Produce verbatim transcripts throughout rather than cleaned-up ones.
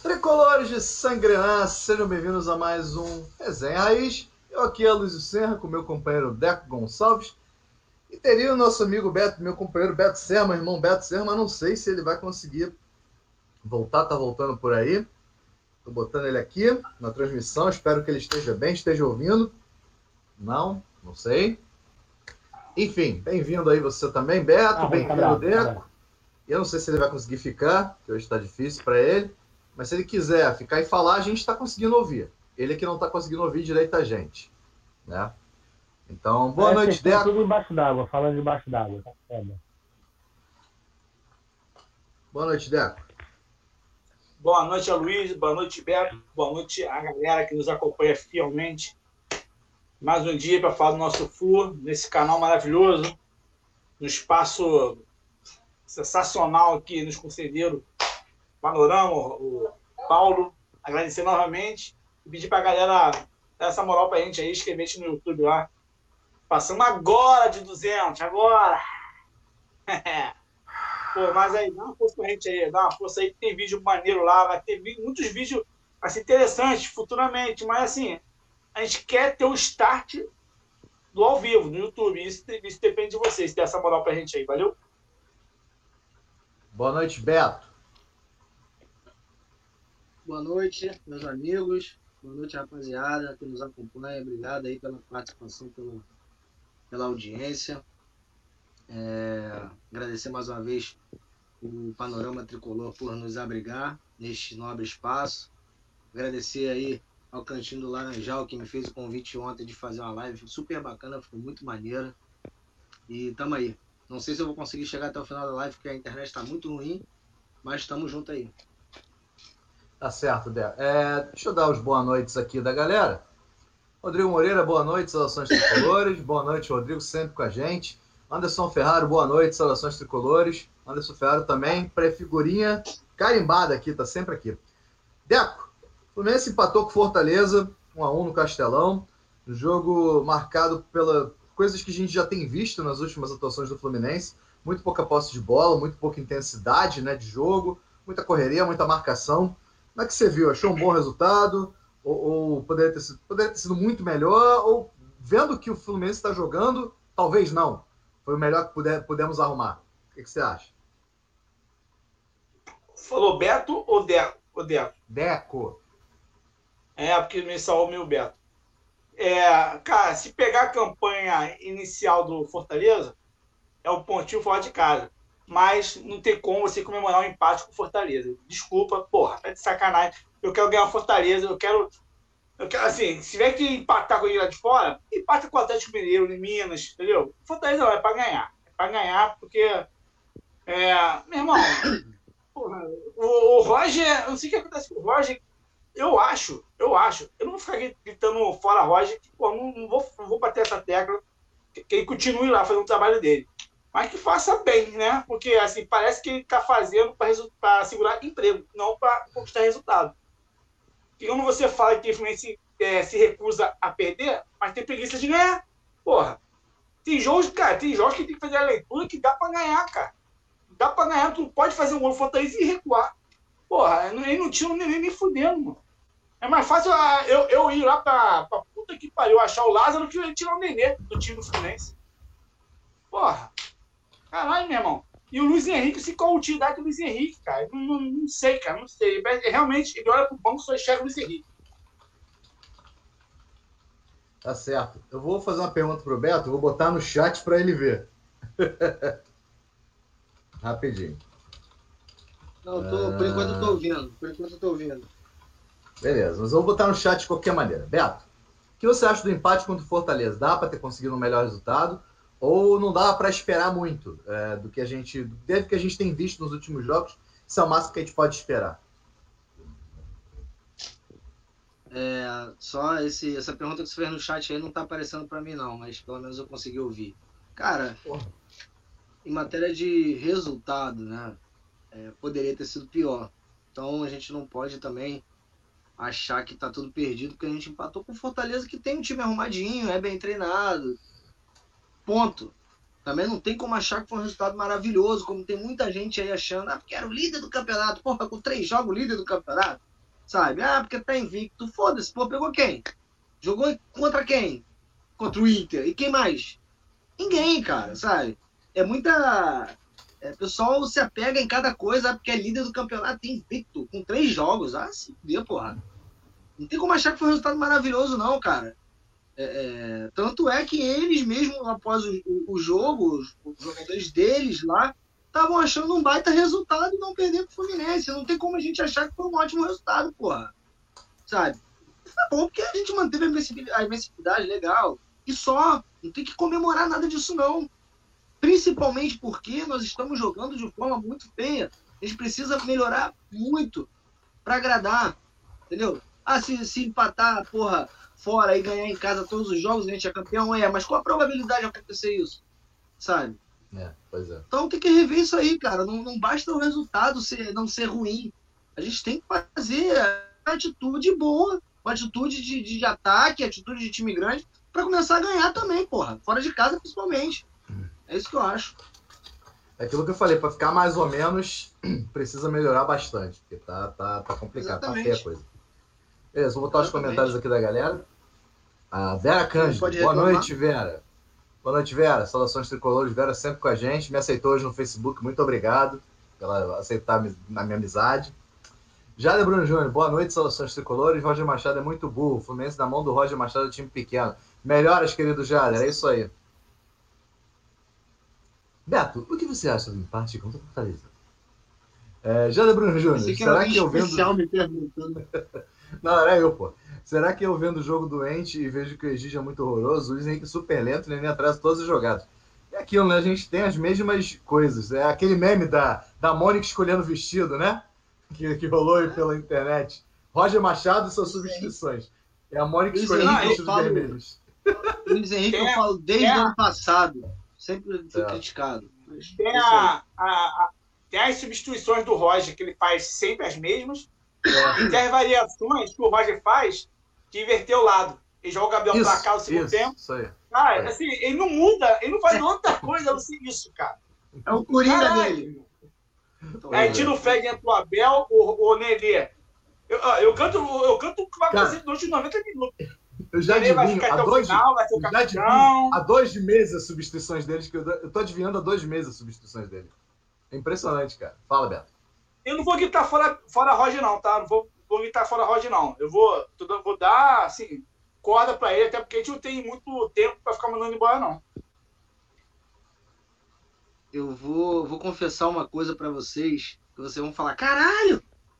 Tricolores de Sangrenã, sejam bem-vindos a mais um Resenha Raiz. Eu aqui é Luiz Serra com meu companheiro Deco Gonçalves. E teria o nosso amigo Beto, meu companheiro Beto Serra, meu irmão Beto Serra, mas não sei se ele vai conseguir voltar, tá voltando por aí. Tô botando ele aqui na transmissão, espero que ele esteja bem, esteja ouvindo. Não, não sei. Enfim, bem-vindo aí você também, Beto, Ah, bem-vindo, tá Deco. tá Eu não sei se ele vai conseguir ficar, que hoje está difícil para ele, mas se ele quiser ficar e falar, a gente está conseguindo ouvir. Ele que não está conseguindo ouvir direito a gente, né? Então, boa Parece noite, que estão Deco. tudo embaixo d'água, falando debaixo d'água. Tá foda. Boa noite, Deco. Boa noite a Luiz, boa noite, Beto, boa noite a galera que nos acompanha fielmente. Mais um dia para falar do nosso Flu, nesse canal maravilhoso, no espaço sensacional que nos concederam o Panorama, o Paulo. Agradecer novamente e pedir para a galera dar essa moral para a gente aí, escrever no YouTube lá. Passamos agora de duzentos, agora! Pô, mas aí, dá uma força pra gente aí, dá uma força aí, que tem vídeo maneiro lá, vai ter muitos vídeos assim, interessantes futuramente, mas assim, a gente quer ter o start do ao vivo, no YouTube, isso, isso depende de vocês, ter essa moral pra gente aí, valeu? Boa noite, Beto. Boa noite, meus amigos, boa noite, rapaziada, que nos acompanha, obrigado aí pela participação, pela, pela audiência. É, agradecer mais uma vez o Panorama Tricolor por nos abrigar neste nobre espaço. Agradecer aí ao Cantinho do Laranjal, que me fez o convite ontem de fazer uma live super bacana, ficou muito maneira. E tamo aí. Não sei se eu vou conseguir chegar até o final da live, porque a internet está muito ruim, mas estamos juntos aí. Tá certo, Deco. É, deixa eu dar os boas noites aqui da galera. Rodrigo Moreira, boa noite, saudações tricolores. Boa noite, Rodrigo, sempre com a gente. Anderson Ferraro, boa noite, saudações tricolores. Anderson Ferraro também, pré-figurinha carimbada aqui, tá sempre aqui. Deco, o Fluminense empatou com Fortaleza, um a um no Castelão. Um jogo marcado pelas coisas que a gente já tem visto nas últimas atuações do Fluminense. Muito pouca posse de bola, muito pouca intensidade, né, de jogo, muita correria, muita marcação. Como é que você viu? Achou um bom resultado? Ou, ou poderia, ter sido, poderia ter sido muito melhor? Ou vendo que o Fluminense está jogando, talvez não. Foi o melhor que puder, pudemos arrumar. O que, que você acha? Falou Beto ou Deco? Ou Deco? Deco. É, porque me salvou meu Beto. É, cara, se pegar a campanha inicial do Fortaleza, é um pontinho fora de casa. Mas não tem como você comemorar um empate com o Fortaleza. Desculpa, porra, tá de sacanagem. Eu quero ganhar o Fortaleza, eu quero... Eu quero, assim, se tiver que empatar com ele lá de fora, empata com o Atlético Mineiro, em Minas, entendeu? Fortaleza não, é pra ganhar. É pra ganhar, porque... É, meu irmão, porra, o, o Roger... Eu não sei o que acontece com o Roger. Eu acho, eu acho. Eu não vou ficar gritando fora Roger, que, pô, não, não, vou, não vou bater essa tecla, que, que ele continue lá fazendo o trabalho dele. Mas que faça bem, né? Porque, assim, parece que ele está fazendo para segurar emprego, não para conquistar resultado. E quando você fala que o Fluminense é, se recusa a perder, mas tem preguiça de ganhar. Porra. Tem jogos, cara, tem jogos que tem que fazer a leitura que dá para ganhar, cara. Dá para ganhar, tu não pode fazer um gol no Fortaleza e recuar. Porra, ele não tira o neném nem fudendo, mano. É mais fácil eu, eu ir lá pra, pra puta que pariu, achar o Lázaro, que ele tirar o nenê do time do Fluminense. Porra. Caralho, meu irmão. E o Luiz Henrique, se qual a utilidade do Luiz Henrique, cara? Não, não, não sei, cara, não sei. Realmente, ele olha pro banco e só enxerga o Luiz Henrique. Tá certo. Eu vou fazer uma pergunta pro Beto, vou botar no chat para ele ver. Rapidinho. Não, tô, ah... por enquanto eu tô ouvindo. Por enquanto eu tô ouvindo. Beleza, mas eu vou botar no chat de qualquer maneira. Beto, o que você acha do empate contra o Fortaleza? Dá para ter conseguido um melhor resultado? Ou não dá para esperar muito é, do que a gente, desde que a gente tem visto nos últimos jogos, isso é o máximo que a gente pode esperar? É, só esse, essa pergunta que você fez no chat aí não tá aparecendo para mim não, mas pelo menos eu consegui ouvir. Cara, Porra. Em matéria de resultado, né, é, poderia ter sido pior. Então a gente não pode também achar que tá tudo perdido, porque a gente empatou com o Fortaleza, que tem um time arrumadinho, é bem treinado. Ponto. Também não tem como achar que foi um resultado maravilhoso, como tem muita gente aí achando, ah, porque era o líder do campeonato. Porra, com três jogos líder do campeonato. sabe? Ah, porque tá invicto. Foda-se, pô, pegou quem? Jogou contra quem? Contra o Inter. E quem mais? Ninguém, cara, sabe? É muita... É, o pessoal se apega em cada coisa, porque é líder do campeonato, tem invicto, com três jogos. Ah, se deu, porra. Não tem como achar que foi um resultado maravilhoso, não, cara. É, é, tanto é que eles mesmo, após o, o, o jogo, os, os jogadores deles lá, estavam achando um baita resultado e não perder pro Fluminense. Não tem como a gente achar que foi um ótimo resultado, porra. Sabe? Foi bom porque a gente manteve a invencibilidade, a invencibilidade legal. E só, não tem que comemorar nada disso, não. Principalmente porque nós estamos jogando de forma muito feia. A gente precisa melhorar muito para agradar. Entendeu? Ah, se, se empatar, porra, fora e ganhar em casa todos os jogos, a gente é campeão, é. Mas qual a probabilidade de acontecer isso? Sabe? É, pois é. Então tem que rever isso aí, cara. Não, não basta o resultado ser, não ser ruim. A gente tem que fazer uma atitude boa, uma atitude de, de, de ataque, atitude de time grande, para começar a ganhar também, porra. Fora de casa, principalmente. É isso que eu acho. É aquilo que eu falei, para ficar mais ou menos, precisa melhorar bastante, porque tá, tá, tá complicado, Exatamente. tá feia a coisa. Beleza, vou botar os Exatamente. comentários aqui da galera. A Vera Cândido, Pode boa reclamar. noite, Vera. Boa noite, Vera. Saudações tricolores. Vera sempre com a gente. Me aceitou hoje no Facebook. Muito obrigado pela aceitar na minha amizade. Jader Bruno Júnior. Boa noite, saudações tricolores. Roger Machado é muito burro. Fluminense na mão do Roger Machado é time pequeno. Melhoras, querido Jader. É isso aí. Beto, o que você acha do empate contra o Fortaleza? É, Jader Bruno Júnior. Esse que era Será que eu vendo... especial me perguntando. Não, era eu, pô. Será que eu vendo o jogo doente e vejo que o Egídio é muito horroroso, o Luiz Henrique super lento, o Nenê atrasa todas as jogadas? É aquilo, né? A gente tem as mesmas coisas. É aquele meme da, da Mônica escolhendo vestido, né? Que, que rolou aí pela internet. Roger Machado e suas substituições. É a Mônica Luiz escolhendo Henrique, vestidos eu falo- vermelhos. Luiz Henrique, eu É, falo desde é. o ano passado. Sempre fui É. criticado. Mas Tem, isso aí. a, a, a- tem as substituições do Roger, que ele faz sempre as mesmas. E tem as variações que o Roger faz de inverter o lado. Ele joga o Gabriel Isso, pra cá no segundo isso, tempo. isso aí. Cara, É. assim, ele não muda, ele não faz outra coisa a não ser isso, cara. É o Coringa Caralho. dele. Então, Aí é. tira o Fred, entra o Abel, o, o Nenê. Eu, ó, eu canto eu canto o que vai Cara, acontecer durante os noventa minutos. Eu já O Nenê vai adivinho, ficar há até o dois, final, vai ser o eu já capitão. adivinho há dois meses as substituições deles, que eu, eu tô adivinhando há dois meses as substituições dele. É impressionante, cara. Fala, Beto. Eu não vou gritar fora, fora Roger, não, tá? Não vou, vou gritar fora Roger, não. Eu vou, tô dando- vou dar, assim, corda pra ele, até porque a gente não tem muito tempo pra ficar mandando embora, não. eu vou, vou confessar uma coisa pra vocês, que vocês vão falar, caralho!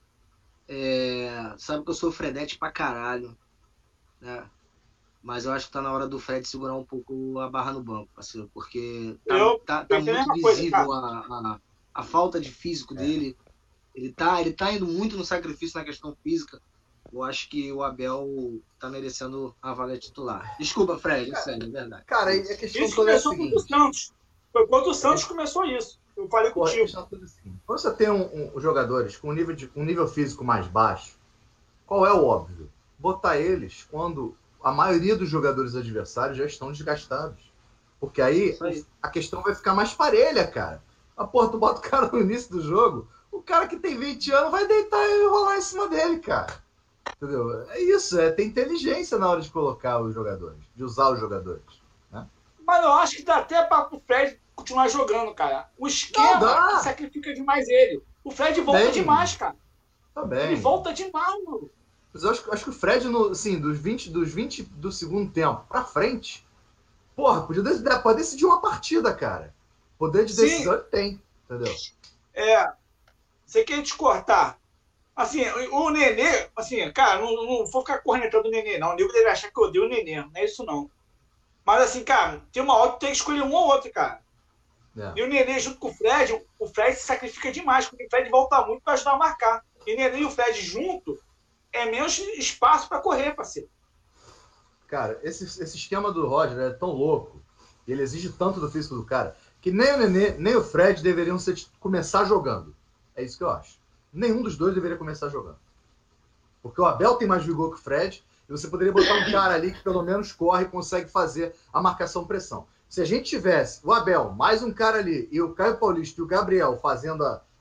É, sabe que eu sou Fredete pra caralho, né? Mas eu acho que tá na hora do Fred segurar um pouco a barra no banco, parceiro, porque tá, Eu tá, tá pensei a muito mesma coisa, visível a, a, a falta de físico dele. Ele tá, ele tá indo muito no sacrifício na questão física. Eu acho que o Abel tá merecendo a vaga titular. Desculpa, Fred, é sério, é verdade. Cara, a questão Isso toda é a começou contra o seguinte. Santos. Foi contra o Santos que começou isso. Eu falei Pô, a contigo. questão toda é a seguinte. Quando você tem um, um- jogadores com um nível, de, um nível físico mais baixo, qual é o óbvio? Botar eles quando a maioria dos jogadores adversários já estão desgastados. Porque aí, Isso aí. a questão vai ficar mais parelha, cara. A porra, tu bota o cara no início do jogo, o cara que tem vinte anos vai deitar e rolar em cima dele, cara. Entendeu? É isso, é ter inteligência na hora de colocar os jogadores, de usar os jogadores. Mas eu acho que dá até para o Fred continuar jogando, cara. O esquema Não, dá. que sacrifica demais ele. O Fred volta Bem. demais, cara. Tá bem. Ele volta demais, mano. Mas eu acho, acho que o Fred, no, assim, dos vinte, dos vinte do segundo tempo pra frente, porra, podia decidir, pode decidir uma partida, cara. Poder de Sim. decisão ele tem, entendeu? É, você quer te cortar. Assim, o Nenê, assim, cara, não, não vou ficar cornetando o Nenê, não. O nego deve achar que eu odeio o Nenê, não é isso, não. Mas, assim, cara, tem uma hora que tem que escolher um ou outro, cara. É. E o Nenê, junto com o Fred, o Fred se sacrifica demais, porque o Fred volta muito para ajudar a marcar. E o Nenê e o Fred junto é menos espaço para correr, parceiro. Cara, esse, esse esquema do Roger é tão louco, ele exige tanto do físico do cara, que nem o Nenê, nem o Fred deveriam ser, começar jogando. É isso que eu acho. Nenhum dos dois deveria começar jogando. Porque o Abel tem mais vigor que o Fred, e você poderia botar um cara ali que pelo menos corre e consegue fazer a marcação-pressão. Se a gente tivesse o Abel, mais um cara ali, e o Caio Paulista e o Gabriel fazendo a,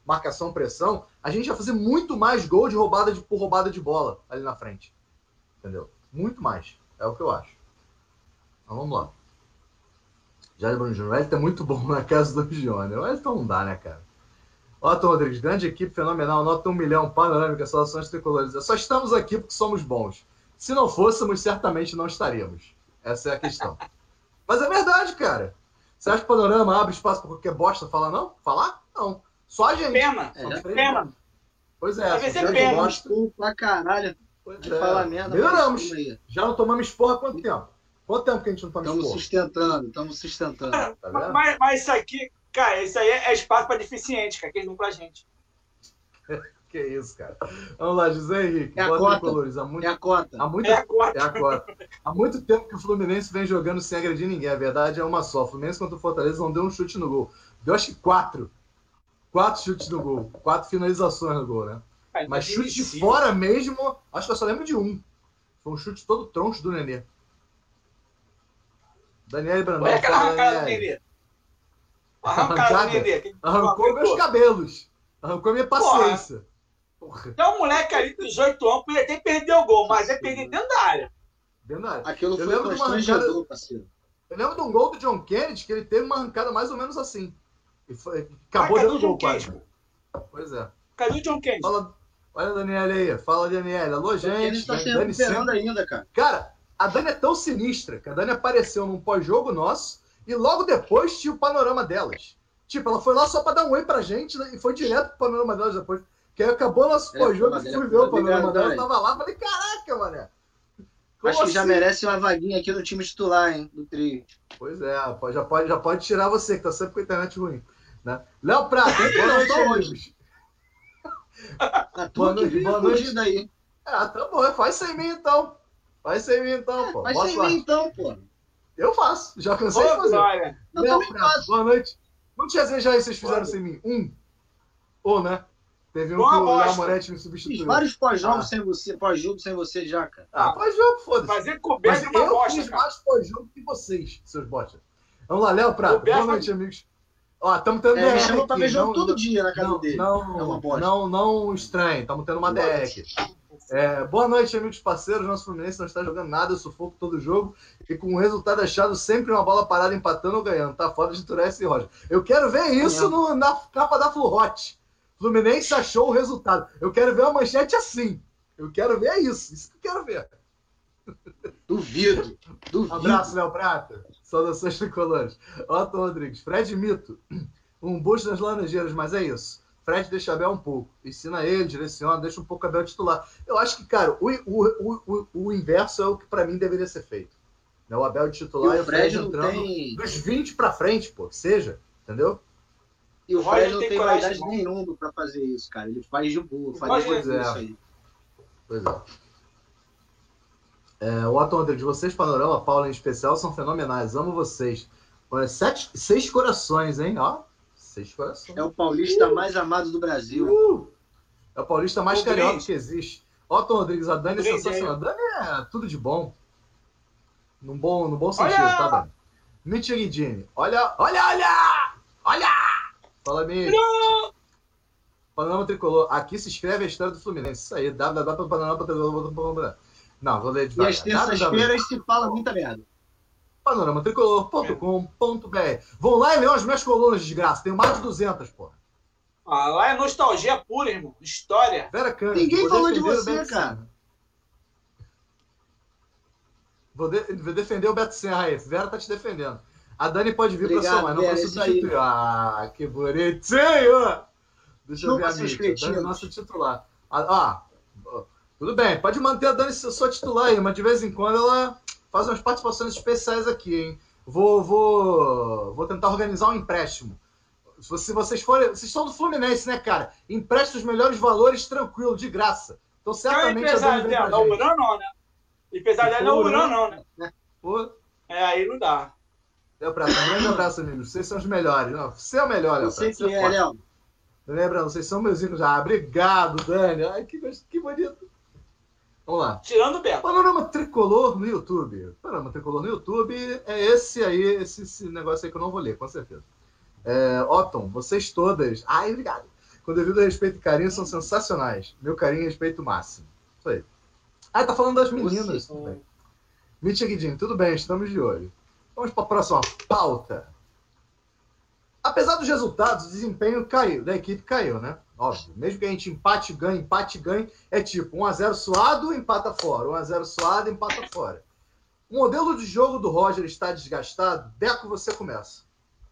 marcação, pressão, a gente ia fazer muito mais gol de roubada de, por roubada de bola ali na frente. Entendeu? Muito mais. É o que eu acho. Então vamos lá. Jair Bruno Júnior. O Wellington é muito bom na casa do Gione. O Wellington não dá, né, cara? Otton Rodrigues. Grande equipe, fenomenal. Nota um milhão. Panorâmica. Saudações tricolores. Só estamos aqui porque somos bons. Se não fôssemos, certamente não estaríamos. Essa é a questão. Mas é verdade, cara. Você acha que o Panorama abre espaço para qualquer bosta falar não? Falar? Não. Só a gente. Pena. É, Pena. Pois é. Às vezes se é a gente pena. gosta- Desculpa pra caralho Pois de é. falar merda. Melhoramos. mas aí. Já não tomamos esporra há quanto tempo? Quanto tempo que a gente não toma Estamos esporra? sustentando, estamos sustentando. Tá vendo? Mas, mas isso aqui, cara, isso aí é espaço para deficiente, cara, que eles não pra gente. Que isso, cara. Vamos lá, José Henrique. É a Bota cota. tricolores. Há muito, É a cota. há muito É a quarta. É a cota. Há muito tempo que o Fluminense vem jogando sem agredir ninguém. A verdade é uma só. O Fluminense contra o Fortaleza não deu um chute no gol. Deu acho que quatro. Quatro chutes no gol. Quatro finalizações no gol, né? Cara, Mas chute de inadmissível. fora mesmo, acho que eu só lembro de um. Foi um chute todo troncho do Nenê. Daniel Brandão. Olha aquela fala, arrancada do Daniel. Nenê. Arrancada do Arrancada? Nenê. que- Arrancou meus cabelos. Arrancou minha paciência. Porra. Então, um moleque ali com dezoito anos podia até perder o gol, mas é perder dentro da área. Verdade. Aquilo Eu foi lembro de uma constrangedor, arrancada- parceiro. Eu lembro de um gol do John Kennedy que ele teve uma arrancada mais ou menos assim. E foi, acabou Mas cadê dando o John gol quase. Kennedy? Pois é. Cadê o John Kennedy? Fala, olha a Daniela aí. Fala, Daniela. Alô, Ele gente. está se Dani recuperando sempre- ainda, cara. Cara, a Dani é tão sinistra que a Dani apareceu num pós-jogo nosso e logo depois tinha o panorama delas. Tipo, ela foi lá só pra dar um oi pra gente né, e foi direto pro panorama delas depois. Que aí acabou nosso É, pós-jogo foda, e é fui ver foda. o panorama Obrigado, dela. Eu Dani. tava lá e falei, caraca, mané. Como Acho que já assim? merece uma vaguinha aqui no time titular, hein? Do trio. Pois é, pode- já pode, já pode tirar você, que tá sempre com a internet ruim. Né? Léo Prata, boa Não, noite, só amigos. Tá Boa tudo noite, que boa boa noite. aí. Ah, tá bom, faz sem mim então. Faz sem mim então, pô. Mas Boa sem sorte. mim então, pô. Eu faço, já cansei de Ô, fazer. Glória. Eu Léo também Prata, faço. boa noite. Quantos resenhas aí vocês fizeram Boa. sem mim? Um? Ou, né? Teve um Boa que o Léo bosta. Moretti me Fiz substituiu. vários pós-jogos Ah. sem você, pós-jogo sem você já, cara. Ah, pós-jogo, foda-se. Fazer coberta Mas é uma eu bosta, fiz cara. mais pós-jogo que vocês, seus botas. Vamos lá, Léo Prata. O Beto- Boa noite, amigos. Ó, estamos tendo É, me D R chamou pra aqui, ver jogo não- todo dia na casa Não, dele. não, É uma bosta. não, não estranho. Estamos tendo uma D R aqui. É, boa noite, amigos parceiros. Nosso Fluminense não está jogando nada, eu sufoco todo jogo. E com o resultado achado, sempre uma bola parada empatando ou ganhando. Tá foda de Turés e Roger. Eu quero ver isso no- na capa da Fluhot. Fluminense achou o resultado. Eu quero ver uma manchete assim. Eu quero ver isso. Isso que eu quero ver. Duvido. Duvido. Abraço, Léo Prata. Saudações tricolores. Otto Rodrigues. Fred Mito. Um busto nas laranjeiras, mas é isso. Fred deixa Abel um pouco. Ensina ele, direciona, deixa um pouco Abel titular. Eu acho que, cara, o, o, o, o inverso é o que pra mim deveria ser feito. Né? O Abel de titular E e o o Fred Fred não entrando tem. dos vinte pra frente, pô, que seja. Entendeu? E o O Roger Fred não tem tem coragem, vaidade não. nenhuma pra fazer isso, cara. Ele faz de boa. O Faz Roger- de boa é. isso aí. Pois é. É, o Otto Rodrigues, vocês, Panorama, Paula em especial, são fenomenais. Amo vocês. Olha, sete, seis corações, hein? Ó, seis corações. É o paulista mais amado do Brasil. Uh! É o paulista mais O carioca Brinde. que existe. Otto Rodrigues, a Dani é Brinde, sensacional. A Dani é tudo de bom. No bom, no bom Olha! sentido, tá, Dani? Michigidini. Olha, olha, olha! Olha! Fala, Mitch. Panorama Tricolor. Aqui se escreve a história do Fluminense. Isso aí. www.panorama.tricolor. Não, vou ler E devagar. às terças-feiras se fala muita merda. panorama tricolor ponto com ponto b r. Vão lá e leiam as minhas colunas, desgraça. Tenho mais de duzentas, porra. Ah, lá é nostalgia pura, irmão. História. Vera Câmara. Ninguém vou falou de defender o você, Beto cara. Senna. Vou, de- vou defender o Beto Serra aí. Vera tá te defendendo. A Dani pode vir Obrigado, pra somar, não Vera, pra isso aí. substituir. Ah, que bonitinho! Deixa eu ver Chupa a seus Mídia. Dani é cretinos. nossa titular. Ah, ah, tudo bem, pode manter a Dani sua titular aí, mas de vez em quando ela faz umas participações especiais aqui, hein? Vou, vou, vou tentar organizar um empréstimo. Se vocês forem. Vocês são do Fluminense, né, cara? Empresta os melhores valores tranquilo, de graça. Então, Quem é o certamente a Dani empresário vem dela? pra Não, o gente. Urano não, né? O empresário dela não é o Urano, não, né? Pô, É, aí não dá. Léo Prata, um grande abraço, amigos. Vocês são os melhores. Não, você é o melhor, Léo Eu sei Prata. que Você é, forte. Léo. Lembrando, vocês são meus ícones. Ah, obrigado, Dani. Ai, que, gost- que bonito. Vamos lá. Tirando o Beto. Panorama Tricolor no YouTube. Panorama Tricolor no YouTube é esse aí, esse, esse negócio aí que eu não vou ler, com certeza. É, Otton, vocês todas. Ai, obrigado. Com devido respeito e carinho, são sensacionais. Meu carinho e respeito máximo. Isso aí. Ah, tá falando das meninas. Tudo bem. Mitch Guidinho, tudo bem, estamos de olho. Vamos para a próxima pauta. Apesar dos resultados, o desempenho caiu, da equipe caiu, né? Óbvio. Mesmo que a gente empate, ganhe, empate, ganhe, é tipo um a zero suado, empata fora. um a zero suado, empata fora. O modelo de jogo do Roger está desgastado? Deco, você começa.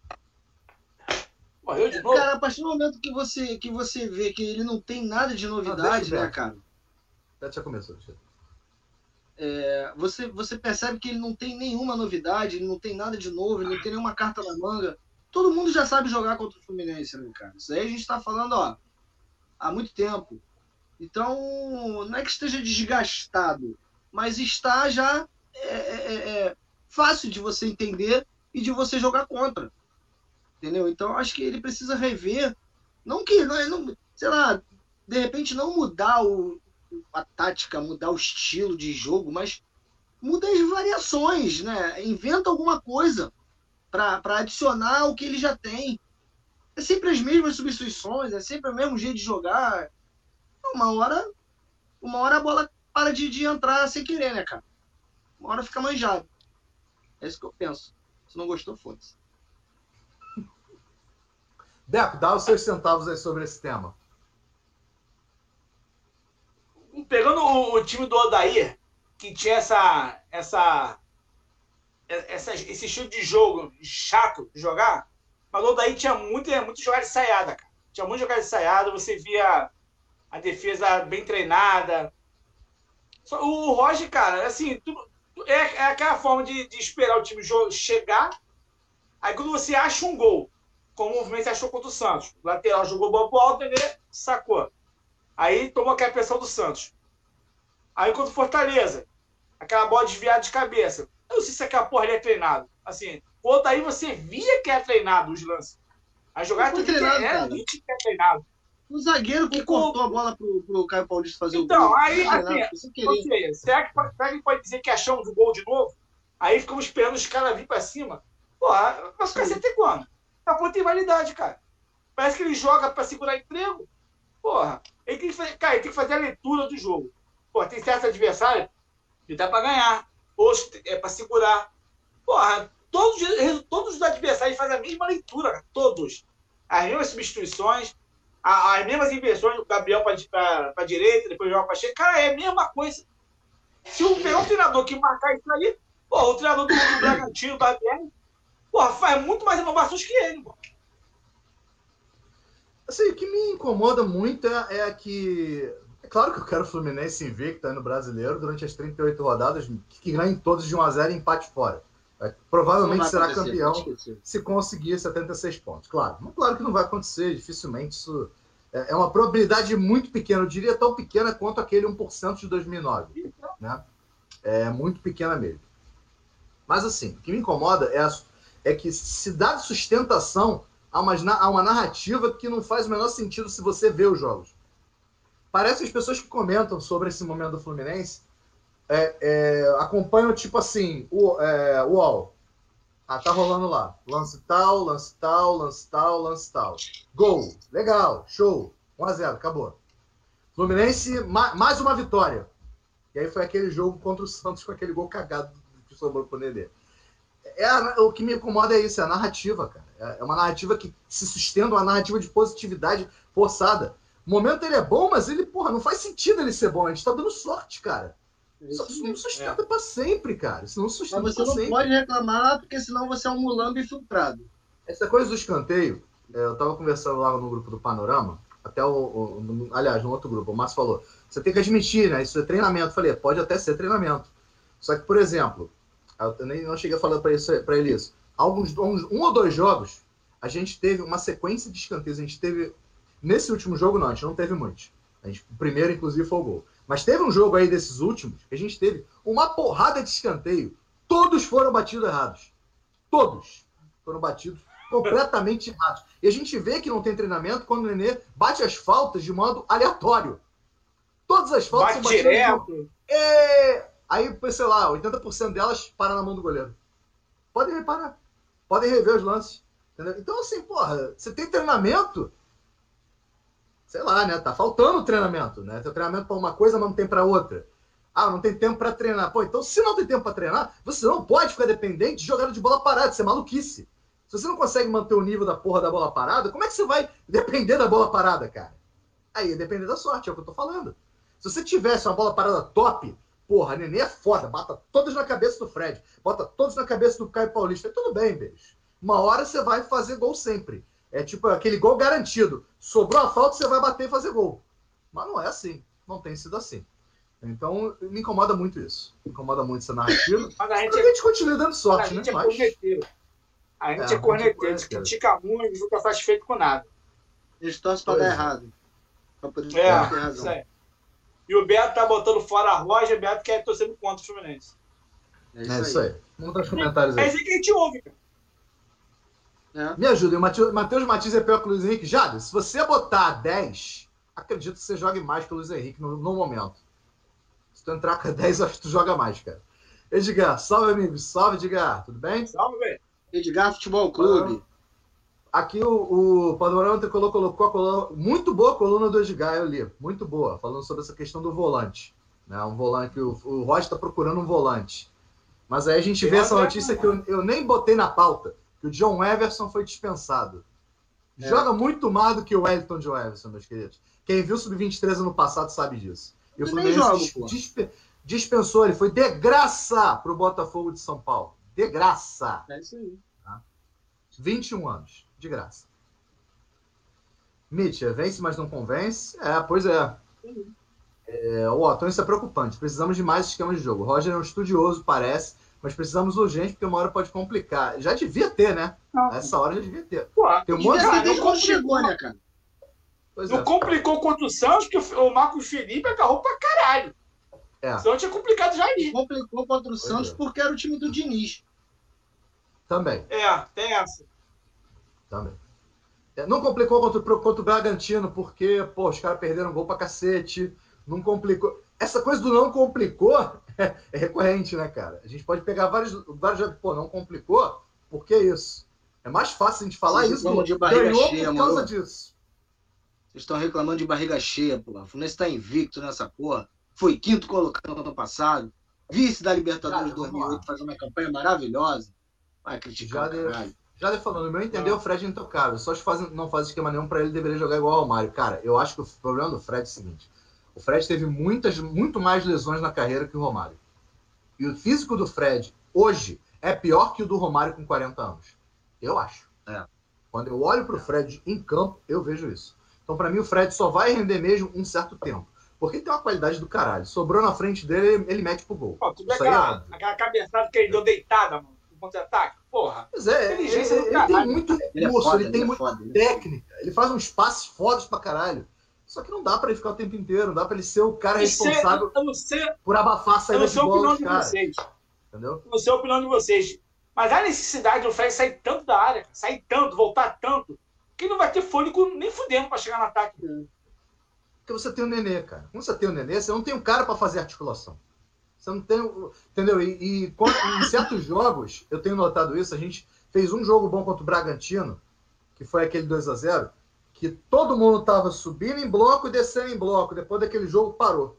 Morreu de novo? Cara, a partir do momento que você, que você vê que ele não tem nada de novidade, Ah, né, cara? Beto já começou, deixa eu... É, você, você percebe que ele não tem nenhuma novidade, ele não tem nada de novo, ele não tem nenhuma carta na manga. Todo mundo já sabe jogar contra o Fluminense, né, cara? Isso aí a gente tá falando, ó, há muito tempo. Então, não é que esteja desgastado, mas está já é, é, é, fácil de você entender e de você jogar contra. Entendeu? Então, acho que ele precisa rever, não que, não, não, sei lá, de repente não mudar o, a tática, mudar o estilo de jogo, mas muda as variações, né? Inventa alguma coisa para adicionar o que ele já tem. É sempre as mesmas substituições, é sempre o mesmo jeito de jogar. Uma hora, uma hora a bola para de, de entrar sem querer, né, cara? Uma hora fica manjado. É isso que eu penso. Se não gostou, foda-se. Deco, dá os seus centavos aí sobre esse tema. Pegando o, o time do Odair, que tinha essa, essa, essa, esse estilo de jogo chato de jogar, mas o Odair tinha muito, muito jogada ensaiada, cara. Tinha muito jogada ensaiada, você via a defesa bem treinada. Só, o Roger, cara, assim, tudo, é, é aquela forma de, de esperar o time chegar, aí quando você acha um gol, como o movimento achou contra o Santos, o lateral jogou bola pro alto, ele sacou. Aí tomou aquela pressão do Santos. Aí contra o Fortaleza, aquela bola desviada de cabeça. Eu não sei se aquela porra ali é treinado. Assim, quando aí você via que é treinado os lances. A jogada Foi que treinado, é, cara. que é treinado. O zagueiro que O- cortou a bola pro, pro Caio Paulista fazer Então, o gol. aí, Foi treinado, assim, foi sem Ou querer. seja, será que, pode- será que pode dizer que achamos o gol de novo? Aí ficamos esperando os caras vir pra cima. Porra, vai ficar Sim. sem ter quando? A ponta tem validade, cara. Parece que ele joga pra segurar emprego. Porra, ele tem que fazer, cara, ele tem que fazer a leitura do jogo. Porra, tem certos adversários que dá pra ganhar. Outros é pra segurar. Porra, todos, os- todos os adversários fazem a mesma leitura, cara. Todos. As mesmas substituições, a- as mesmas inversões, o Gabriel pra, pra, pra direita, depois joga pra esquerda. Cara, é a mesma coisa. Se o pegar um treinador que marcar isso aí, porra, o treinador do, do Bragantino, do Barbieri, porra, faz muito mais inovações que ele, pô. Assim, o que me incomoda muito é, é que... É claro que eu quero o Fluminense invicto aí no Brasileiro durante as trinta e oito rodadas, que, que ganhem todos de um a zero e empate fora. É, provavelmente Não vai será acontecer, campeão pode esquecer. se conseguir setenta e seis pontos. Claro, mas claro que não vai acontecer, dificilmente isso... É, é uma probabilidade muito pequena, eu diria tão pequena quanto aquele um por cento de dois mil e nove. Né? É muito pequena mesmo. Mas assim, o que me incomoda é, a, é que se dá sustentação a uma, a uma narrativa que não faz o menor sentido se você vê os jogos. Parece que as pessoas que comentam sobre esse momento do Fluminense é, é, acompanham tipo assim, o é, UOL. Ah, tá rolando lá. Lance tal, lance tal, lance tal, lance tal. Gol. Legal. Show. um a zero. Acabou. Fluminense, ma mais uma vitória. E aí foi aquele jogo contra o Santos com aquele gol cagado que sobrou pro Nenê. É a, o que me incomoda é isso, é a narrativa, cara. É uma narrativa que se sustenta, uma narrativa de positividade forçada. O momento ele é bom, mas ele, porra, não faz sentido ele ser bom. A gente tá dando sorte, cara. Isso, isso não sustenta é. pra sempre, cara. Isso não sustenta Mas você pra não sempre. pode reclamar, porque senão você é um mulambo infiltrado. Essa coisa do escanteio, eu tava conversando lá no grupo do Panorama, até o, o no, aliás, no outro grupo, o Márcio falou, você tem que admitir, né? Isso é treinamento. Eu falei, pode até ser treinamento. Só que, por exemplo, eu nem não cheguei a falar para ele isso. Alguns, uns, um ou dois jogos, a gente teve uma sequência de escanteios. A gente teve, nesse último jogo não, a gente não teve muitos. A gente, o primeiro, inclusive, foi o gol. Mas teve um jogo aí desses últimos, que a gente teve uma porrada de escanteio. Todos foram batidos errados. Todos foram batidos completamente errados. E a gente vê que não tem treinamento quando o Nenê bate as faltas de modo aleatório. Todas as faltas Bate são batidas direto. É... Aí, sei lá, oitenta por cento delas param na mão do goleiro. Podem reparar. Podem rever os lances. Entendeu? Então, assim, porra, você tem treinamento, sei lá, né? Tá faltando treinamento, né? Tem treinamento para uma coisa, mas não tem para outra. Ah, não tem tempo para treinar. Pô, então se não tem tempo para treinar, você não pode ficar dependente de jogada de bola parada. Isso é maluquice. Se você não consegue manter o nível da porra da bola parada, como é que você vai depender da bola parada, cara? Aí é depender da sorte, é o que eu tô falando. Se você tivesse uma bola parada top, porra, a Nenê é foda, bota todas na cabeça do Fred, bota todas na cabeça do Caio Paulista. Tudo bem, beijo. Uma hora você vai fazer gol sempre. É tipo aquele gol garantido. Sobrou a falta, você vai bater e fazer gol. Mas não é assim. Não tem sido assim. Então, me incomoda muito isso. Me incomoda muito essa narrativa. Mas a gente, a gente continua dando sorte, a gente né? é Mas... corneteiro. A gente é, é corneteiro. A gente critica muito, nunca faz feito com nada. Eles torcem pra Pois dar é. errado. Pra poder É, ter razão. isso aí. E o Beto tá botando fora a Roja, o Beto quer torcer contra o Fluminense. É isso, É isso aí. aí. Vamos dar os comentários É aí. isso que a gente ouve, cara. É. Me ajuda. O Matheus Matias é pior que o Luiz Henrique. Jada, se você botar dez, acredito que você jogue mais que o Luiz Henrique no, no momento. Se tu entrar com dez, acho que tu joga mais, cara. Edgar, salve, amigos. Salve, Edgar. Tudo bem? Salve, velho. Edgar Futebol Clube. Aqui o, o Panorama Tricolor colocou a coluna, muito boa a coluna do Edgar, eu li. Muito boa, falando sobre essa questão do volante. Né? Um volante, o, o Rocha está procurando um volante. Mas aí a gente vê essa notícia que eu, eu nem botei na pauta, que o John Everson foi dispensado. É. Joga muito mais do que o Wellington John Everson, meus queridos. Quem viu o sub vinte e três ano passado sabe disso. E o Eu nem Fluminense jogo, pô. disp, dispensou, ele foi de graça para o Botafogo de São Paulo. De graça. É isso aí. vinte e um anos, de graça. Mitchell, vence, mas não convence? É, pois é. é o Otton, isso é preocupante. Precisamos de mais esquemas de jogo. O Roger é um estudioso, parece, mas precisamos urgente, porque uma hora pode complicar. Já devia ter, né? Não. Essa hora já devia ter. Pô, Tem um monte de... cara, Desde não quando complicou, chegou, né, cara? Pois não é. complicou contra o Santos, que o Marcos Felipe agarrou pra caralho. É, Senão tinha complicado já ali. Complicou contra o Santos é. porque era o time do Diniz. também. É, tem essa. Também. É, não complicou contra, o- contra o Bragantino, porque, pô, os caras perderam gol pra cacete. Não complicou. Essa coisa do não complicou é, é recorrente, né, cara? A gente pode pegar vários, vários jogos, pô, não complicou, por que isso? É mais fácil a gente falar Vocês isso, reclamam do, de barriga ganhou cheia, por causa moro? disso. Vocês estão reclamando de barriga cheia, pô. O Fluminense tá invicto nessa porra. Foi quinto colocado no ano passado. Vice da Libertadores Cara, dois mil e vamos oito, fazendo uma campanha maravilhosa. Vai criticar Já o deu. caralho. Já falando, no meu entender, o Fred é intocável. Só se faz, não faz esquema nenhum pra ele, deveria jogar igual ao Romário. Cara, eu acho que o problema do Fred é o seguinte: o Fred teve muitas, muito mais lesões na carreira que o Romário. E o físico do Fred, hoje, é pior que o do Romário com quarenta anos. Eu acho. É. Quando eu olho pro Fred em campo, eu vejo isso. Então, pra mim, o Fred só vai render mesmo um certo tempo. Porque tem uma qualidade do caralho. Sobrou na frente dele, ele, ele mete pro gol. Pô, tu vê Isso aí é aquela, óbvio. aquela cabeçada que ele deu deitada, mano, no contra-ataque? Porra. Pois é, ele, Inteligência ele- do ele caralho. tem muito Ele é recurso, foda, ele tem ele é muita foda, ele é técnica, ele faz uns passes fodas pra caralho. Só que não dá pra ele ficar o tempo inteiro, não dá pra ele ser o cara Eu sei- responsável eu não sei, por abafar a eu saída não de sei a bola opinião dos de caras. vocês. Entendeu? Eu não sei a opinião de vocês. Mas a necessidade do Fred sair tanto da área, cara, sair tanto, voltar tanto, que ele não vai ter fôlego nem fudendo pra chegar no ataque. Porque você tem o Nenê, cara. Quando você tem o Nenê, você não tem um cara pra fazer articulação. Você não tem. o- Entendeu? E, e quando- em certos jogos, eu tenho notado isso, a gente fez um jogo bom contra o Bragantino, que foi aquele dois a zero, que todo mundo tava subindo em bloco e descendo em bloco. Depois daquele jogo, parou.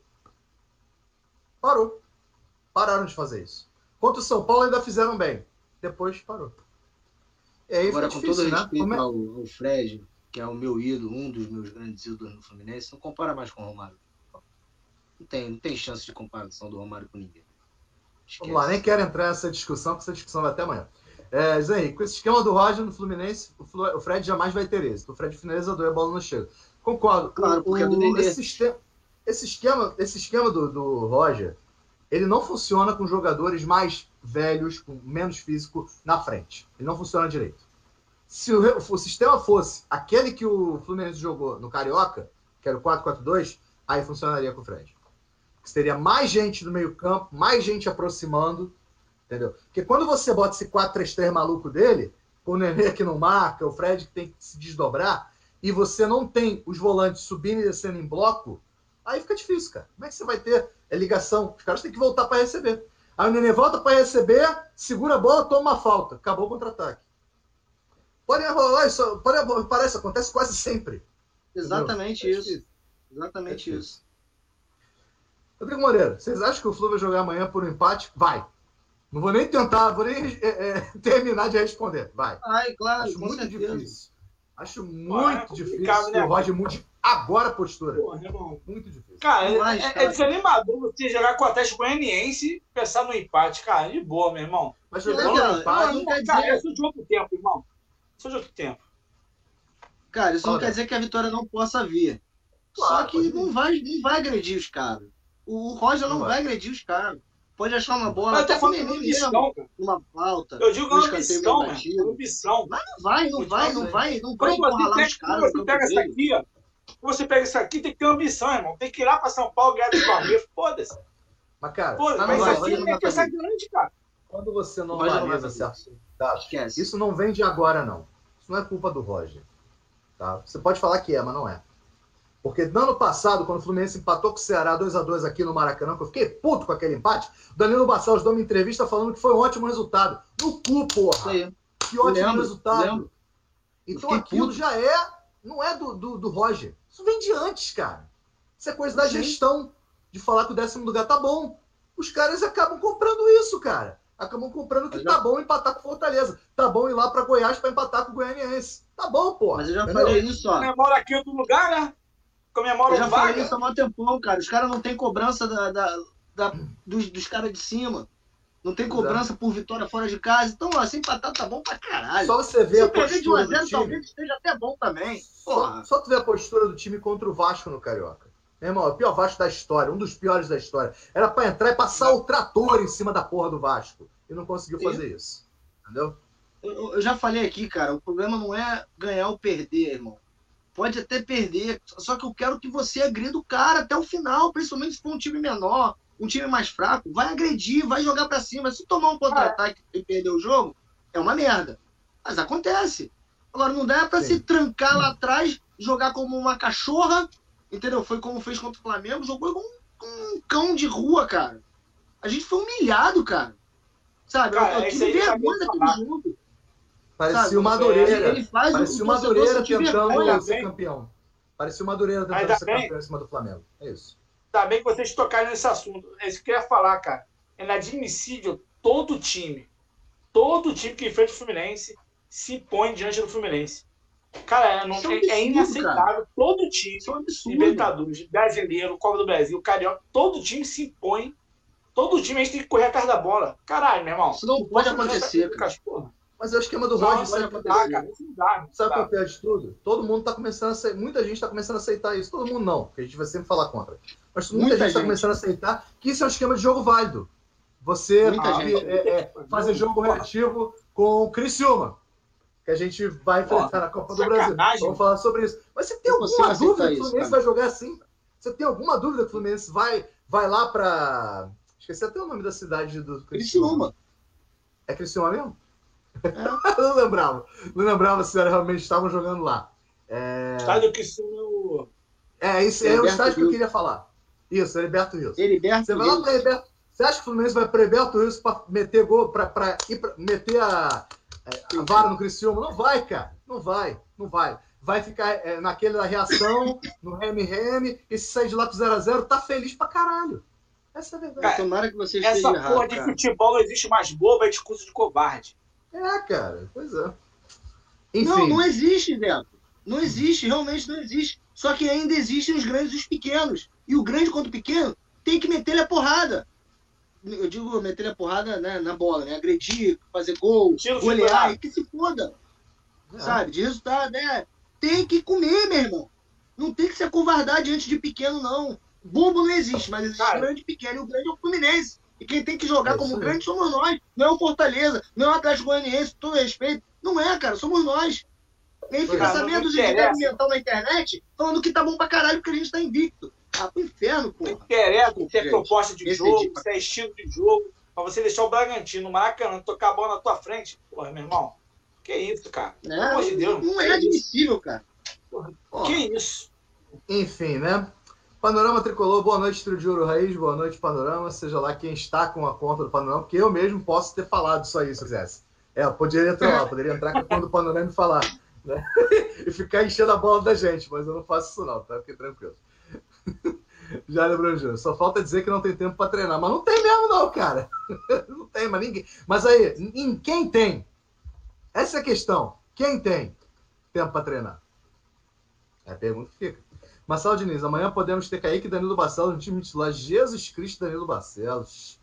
Parou. Pararam de fazer isso. Contra o São Paulo ainda fizeram bem. Depois parou. E aí Agora, foi com difícil, todo né? respeito Como é- ao, ao Fred, que é o meu ídolo, um dos meus grandes ídolos no Fluminense, não compara mais com o Romário. Não tem, não tem chance de comparação do Romário com ninguém. Esquece. Vamos lá, nem quero entrar nessa discussão, porque essa discussão vai até amanhã. É, Zé, com esse esquema do Roger no Fluminense, o, Flu- o Fred jamais vai ter êxito. O Fred finalizador, a bola não chega. Concordo. Claro, O- porque é do o- Nenê. esse, sistema, esse esquema, esse esquema do, do Roger, ele não funciona com jogadores mais velhos, com menos físico, na frente. Ele não funciona direito. Se o, re- o sistema fosse aquele que o Fluminense jogou no Carioca, que era o quatro quatro dois, aí funcionaria com o Fred. Seria mais gente no meio campo, mais gente aproximando, entendeu? Porque quando você bota esse quatro três três maluco dele, com o Nenê que não marca, o Fred que tem que se desdobrar, e você não tem os volantes subindo e descendo em bloco, aí fica difícil, cara. Como é que você vai ter é ligação? Os caras têm que voltar para receber. Aí o Nenê volta para receber, segura a bola, toma uma falta. Acabou o contra-ataque. Pode rolar isso, pode reparar, isso acontece quase sempre. Exatamente Entendeu? isso. Exatamente É isso. Rodrigo Moreira, vocês acham que o Flu vai jogar amanhã por um empate? Vai. Não vou nem tentar, vou nem é, é, terminar de responder. Vai. Ai, claro, Acho com muito certeza. difícil. Acho Pô, muito é difícil complicado, que né, o Roger mude agora a postura. Porra, irmão. Muito difícil. Cara, é, Mas, é cara. desanimador você jogar com o Atlético Goianiense e pensar no empate, cara. De boa, meu irmão. Mas Não, jogando cara, um empate, não quer Cara, dizer- eu sou de outro tempo, irmão. Sou de outro tempo. Cara, isso não Olha. quer dizer que a vitória não possa vir. Claro, Só que pode vir. não vai, não vai agredir os caras. O Roger não, Não vai. vai. agredir os caras. Pode achar uma bola, Mas eu até tô com o falando de Nenê mesmo, ambição, cara. uma falta. Eu digo um escanteio ambição, bem né? batido. Ambição. Mas não vai, não Muito vai, não bem. vai, não vai Quando você encurralar pega, os caras quando no você campo pega isso dele. aqui, ó. Quando você pega isso aqui, tem que ter ambição, irmão. Tem que ir lá pra São Paulo ganhar do Palmeiras. Foda-se. Mas, cara, Foda-se. Mas Mas não isso vai, aqui não tem vai que pensar fazer. grande, cara. quando você Roger não vai normaliza fazer certos resultados, Esquece. isso não vem de agora, não. Isso não é culpa do Roger. Tá? Você pode falar que é, mas não é. Porque no ano passado, quando o Fluminense empatou com o Ceará dois a dois aqui no Maracanã, que eu fiquei puto com aquele empate, o Danilo Barcelos deu uma entrevista falando que foi um ótimo resultado. No cu, Isso porra! aí. Que ótimo lembro, resultado. lembro. Então fiquei aquilo puto. já é, não é do, do, do Roger. Isso vem de antes, cara. Isso é coisa da Sim. gestão, de falar que o décimo lugar tá bom. Os caras acabam comprando isso, cara. Acabam comprando que Mas tá já- bom empatar com o Fortaleza. Tá bom ir lá pra Goiás pra empatar com o Goianiense. Tá bom, porra. Mas eu já Entendeu? falei isso, ó. Comemora aqui em outro lugar, né? Comemora Eu já o falei vaga. isso há muito tempão, cara. Os caras não têm cobrança da, da, da- dos, dos caras de cima. Não tem Pois é. cobrança por vitória fora de casa. Então, ó, se empatar tá bom pra caralho. Só você ver Se a perder de um a postura do zero, time. talvez esteja até bom também. Só, Porra. só tu ver a postura do time contra o Vasco no Carioca. Meu irmão, é o pior Vasco da história, um dos piores da história. Era pra entrar e passar o trator em cima da porra do Vasco. E não conseguiu fazer isso. Entendeu? Eu, eu já falei aqui, cara, o problema não é ganhar ou perder, irmão. Pode até perder, só que eu quero que você agrida o cara até o final, principalmente se for um time menor, um time mais fraco. Vai agredir, vai jogar pra cima. Se tomar um contra-ataque e perder o jogo, é uma merda. Mas acontece. Agora, não dá pra Sim. se trancar lá atrás, jogar como uma cachorra, entendeu? Foi como fez contra o Flamengo, jogou como um, um cão de rua, cara. A gente foi humilhado, cara. Sabe? Cara, eu, eu é isso tive aí que eu vergonha ia daquele falar. jogo. Parecia Sabe? o Madureira. Ele faz Parecia o o torcedor Madureira sentir tentando vergonha. ser bem. campeão. Parecia o Madureira tentando Ainda ser bem. campeão em cima do Flamengo. É isso. Ainda bem que vocês tocaram nesse assunto. É isso que eu ia falar, cara. É inadmissível todo time, todo time que enfrenta o Fluminense se impõe diante do Fluminense. Cara, não, Isso é um é, é absurdo, inaceitável. Todo time, Isso é um absurdo. Libertadores, Brasileiro, Copa do Brasil, Carioca, todo time se impõe. Todo time a gente tem que correr atrás da bola. Caralho, meu irmão. Isso não pode Posso acontecer, jogar cara. com as porra? Mas é o esquema do Não, Roger não sempre pode aconteceu. acontecer, cara. Isso não dá, não Sabe dá. qual é o pior de tudo? Todo mundo tá começando a aceitar. Muita gente tá começando a aceitar isso. Todo mundo não, porque a gente vai sempre falar contra. Mas muita, Muita gente tá gente. começando a aceitar que isso é um esquema de jogo válido. Você Muita ah, gente. é, é, fazer jogo relativo com o Criciúma, que a gente vai enfrentar Pô, na Copa do Brasil. sacanagem. Vamos falar sobre isso. Mas você tem Eu consigo alguma aceitar dúvida que o isso, Fluminense cara. vai jogar assim? Você tem alguma dúvida que o Fluminense vai, vai lá pra... Esqueci até o nome da cidade do Criciúma. Criciúma. É Criciúma mesmo? É. Eu não lembrava. Não lembrava se era, realmente estavam jogando lá. É, Estádio que isso no... é isso é o Heriberto estádio que eu Wilson. queria falar. Isso, Heriberto Wilson. Heriberto Você vai lá Wilson. para Heriberto. Você acha que o Fluminense vai para Heriberto Wilson para meter gol, para ir pra, meter a, a vara no Criciúma? Não vai, cara. Não vai. Não vai. Vai ficar é, naquele da reação, no reme-reme, e se sair de lá com zero a zero, tá feliz pra caralho. Essa é a verdade. Cara, Tomara que você Essa esteja porra errado, de cara. futebol não existe mais boba, é discurso de covarde. É, cara. Pois é. Enfim. Não, não existe, Beto. Não existe, realmente não existe. Só que ainda existem os grandes e os pequenos. E o grande contra o pequeno tem que meter-lhe a porrada. Eu digo meter-lhe a porrada, né, na bola, né? Agredir, fazer gol, Tiro golear, figurado. e que se foda. É. Sabe? De resultado, né? Tem que comer, meu irmão. Não tem que se acovardar diante de pequeno, não. Bobo não existe, mas existe Cara. grande e pequeno. E o grande é o Fluminense. E quem tem que jogar É como isso aí. grande somos nós. Não é o Fortaleza, não é o Atlético Goianiense, com todo respeito. Não é, cara, somos nós. E aí fica Cara, sabendo não de interessa. mental na internet, falando que tá bom pra caralho porque a gente tá invicto. Ah, pro inferno, Não porra. interessa se é Gente, proposta de esse jogo, dia- se é estilo de jogo, pra você deixar o Bragantino, o Maracanã, tocar a bola na tua frente. Porra, meu irmão. Que isso, cara? Pelo É, amor de Deus. não que é isso? admissível, cara. Porra, Porra. Que isso? Enfim, né? Panorama Tricolor, boa noite, Trio de Ouro Raiz, boa noite, Panorama, seja lá quem está com a conta do Panorama, porque eu mesmo posso ter falado isso aí, se eu quisesse. É, eu poderia entrar lá, poderia entrar com a conta do Panorama e falar. Né? E ficar enchendo a bola da gente, mas eu não faço isso não, tá? Fiquem tranquilo. Já lembrou, Júnior? Só falta dizer que não tem tempo para treinar, mas não tem mesmo não, cara. Não tem, mas ninguém. Mas aí, em quem tem? Essa é a questão. Quem tem tempo para treinar? É a pergunta que fica. Marcelo Diniz, amanhã podemos ter Kaique e Danilo Barcelos no time titular. Jesus Cristo, Danilo Barcelos.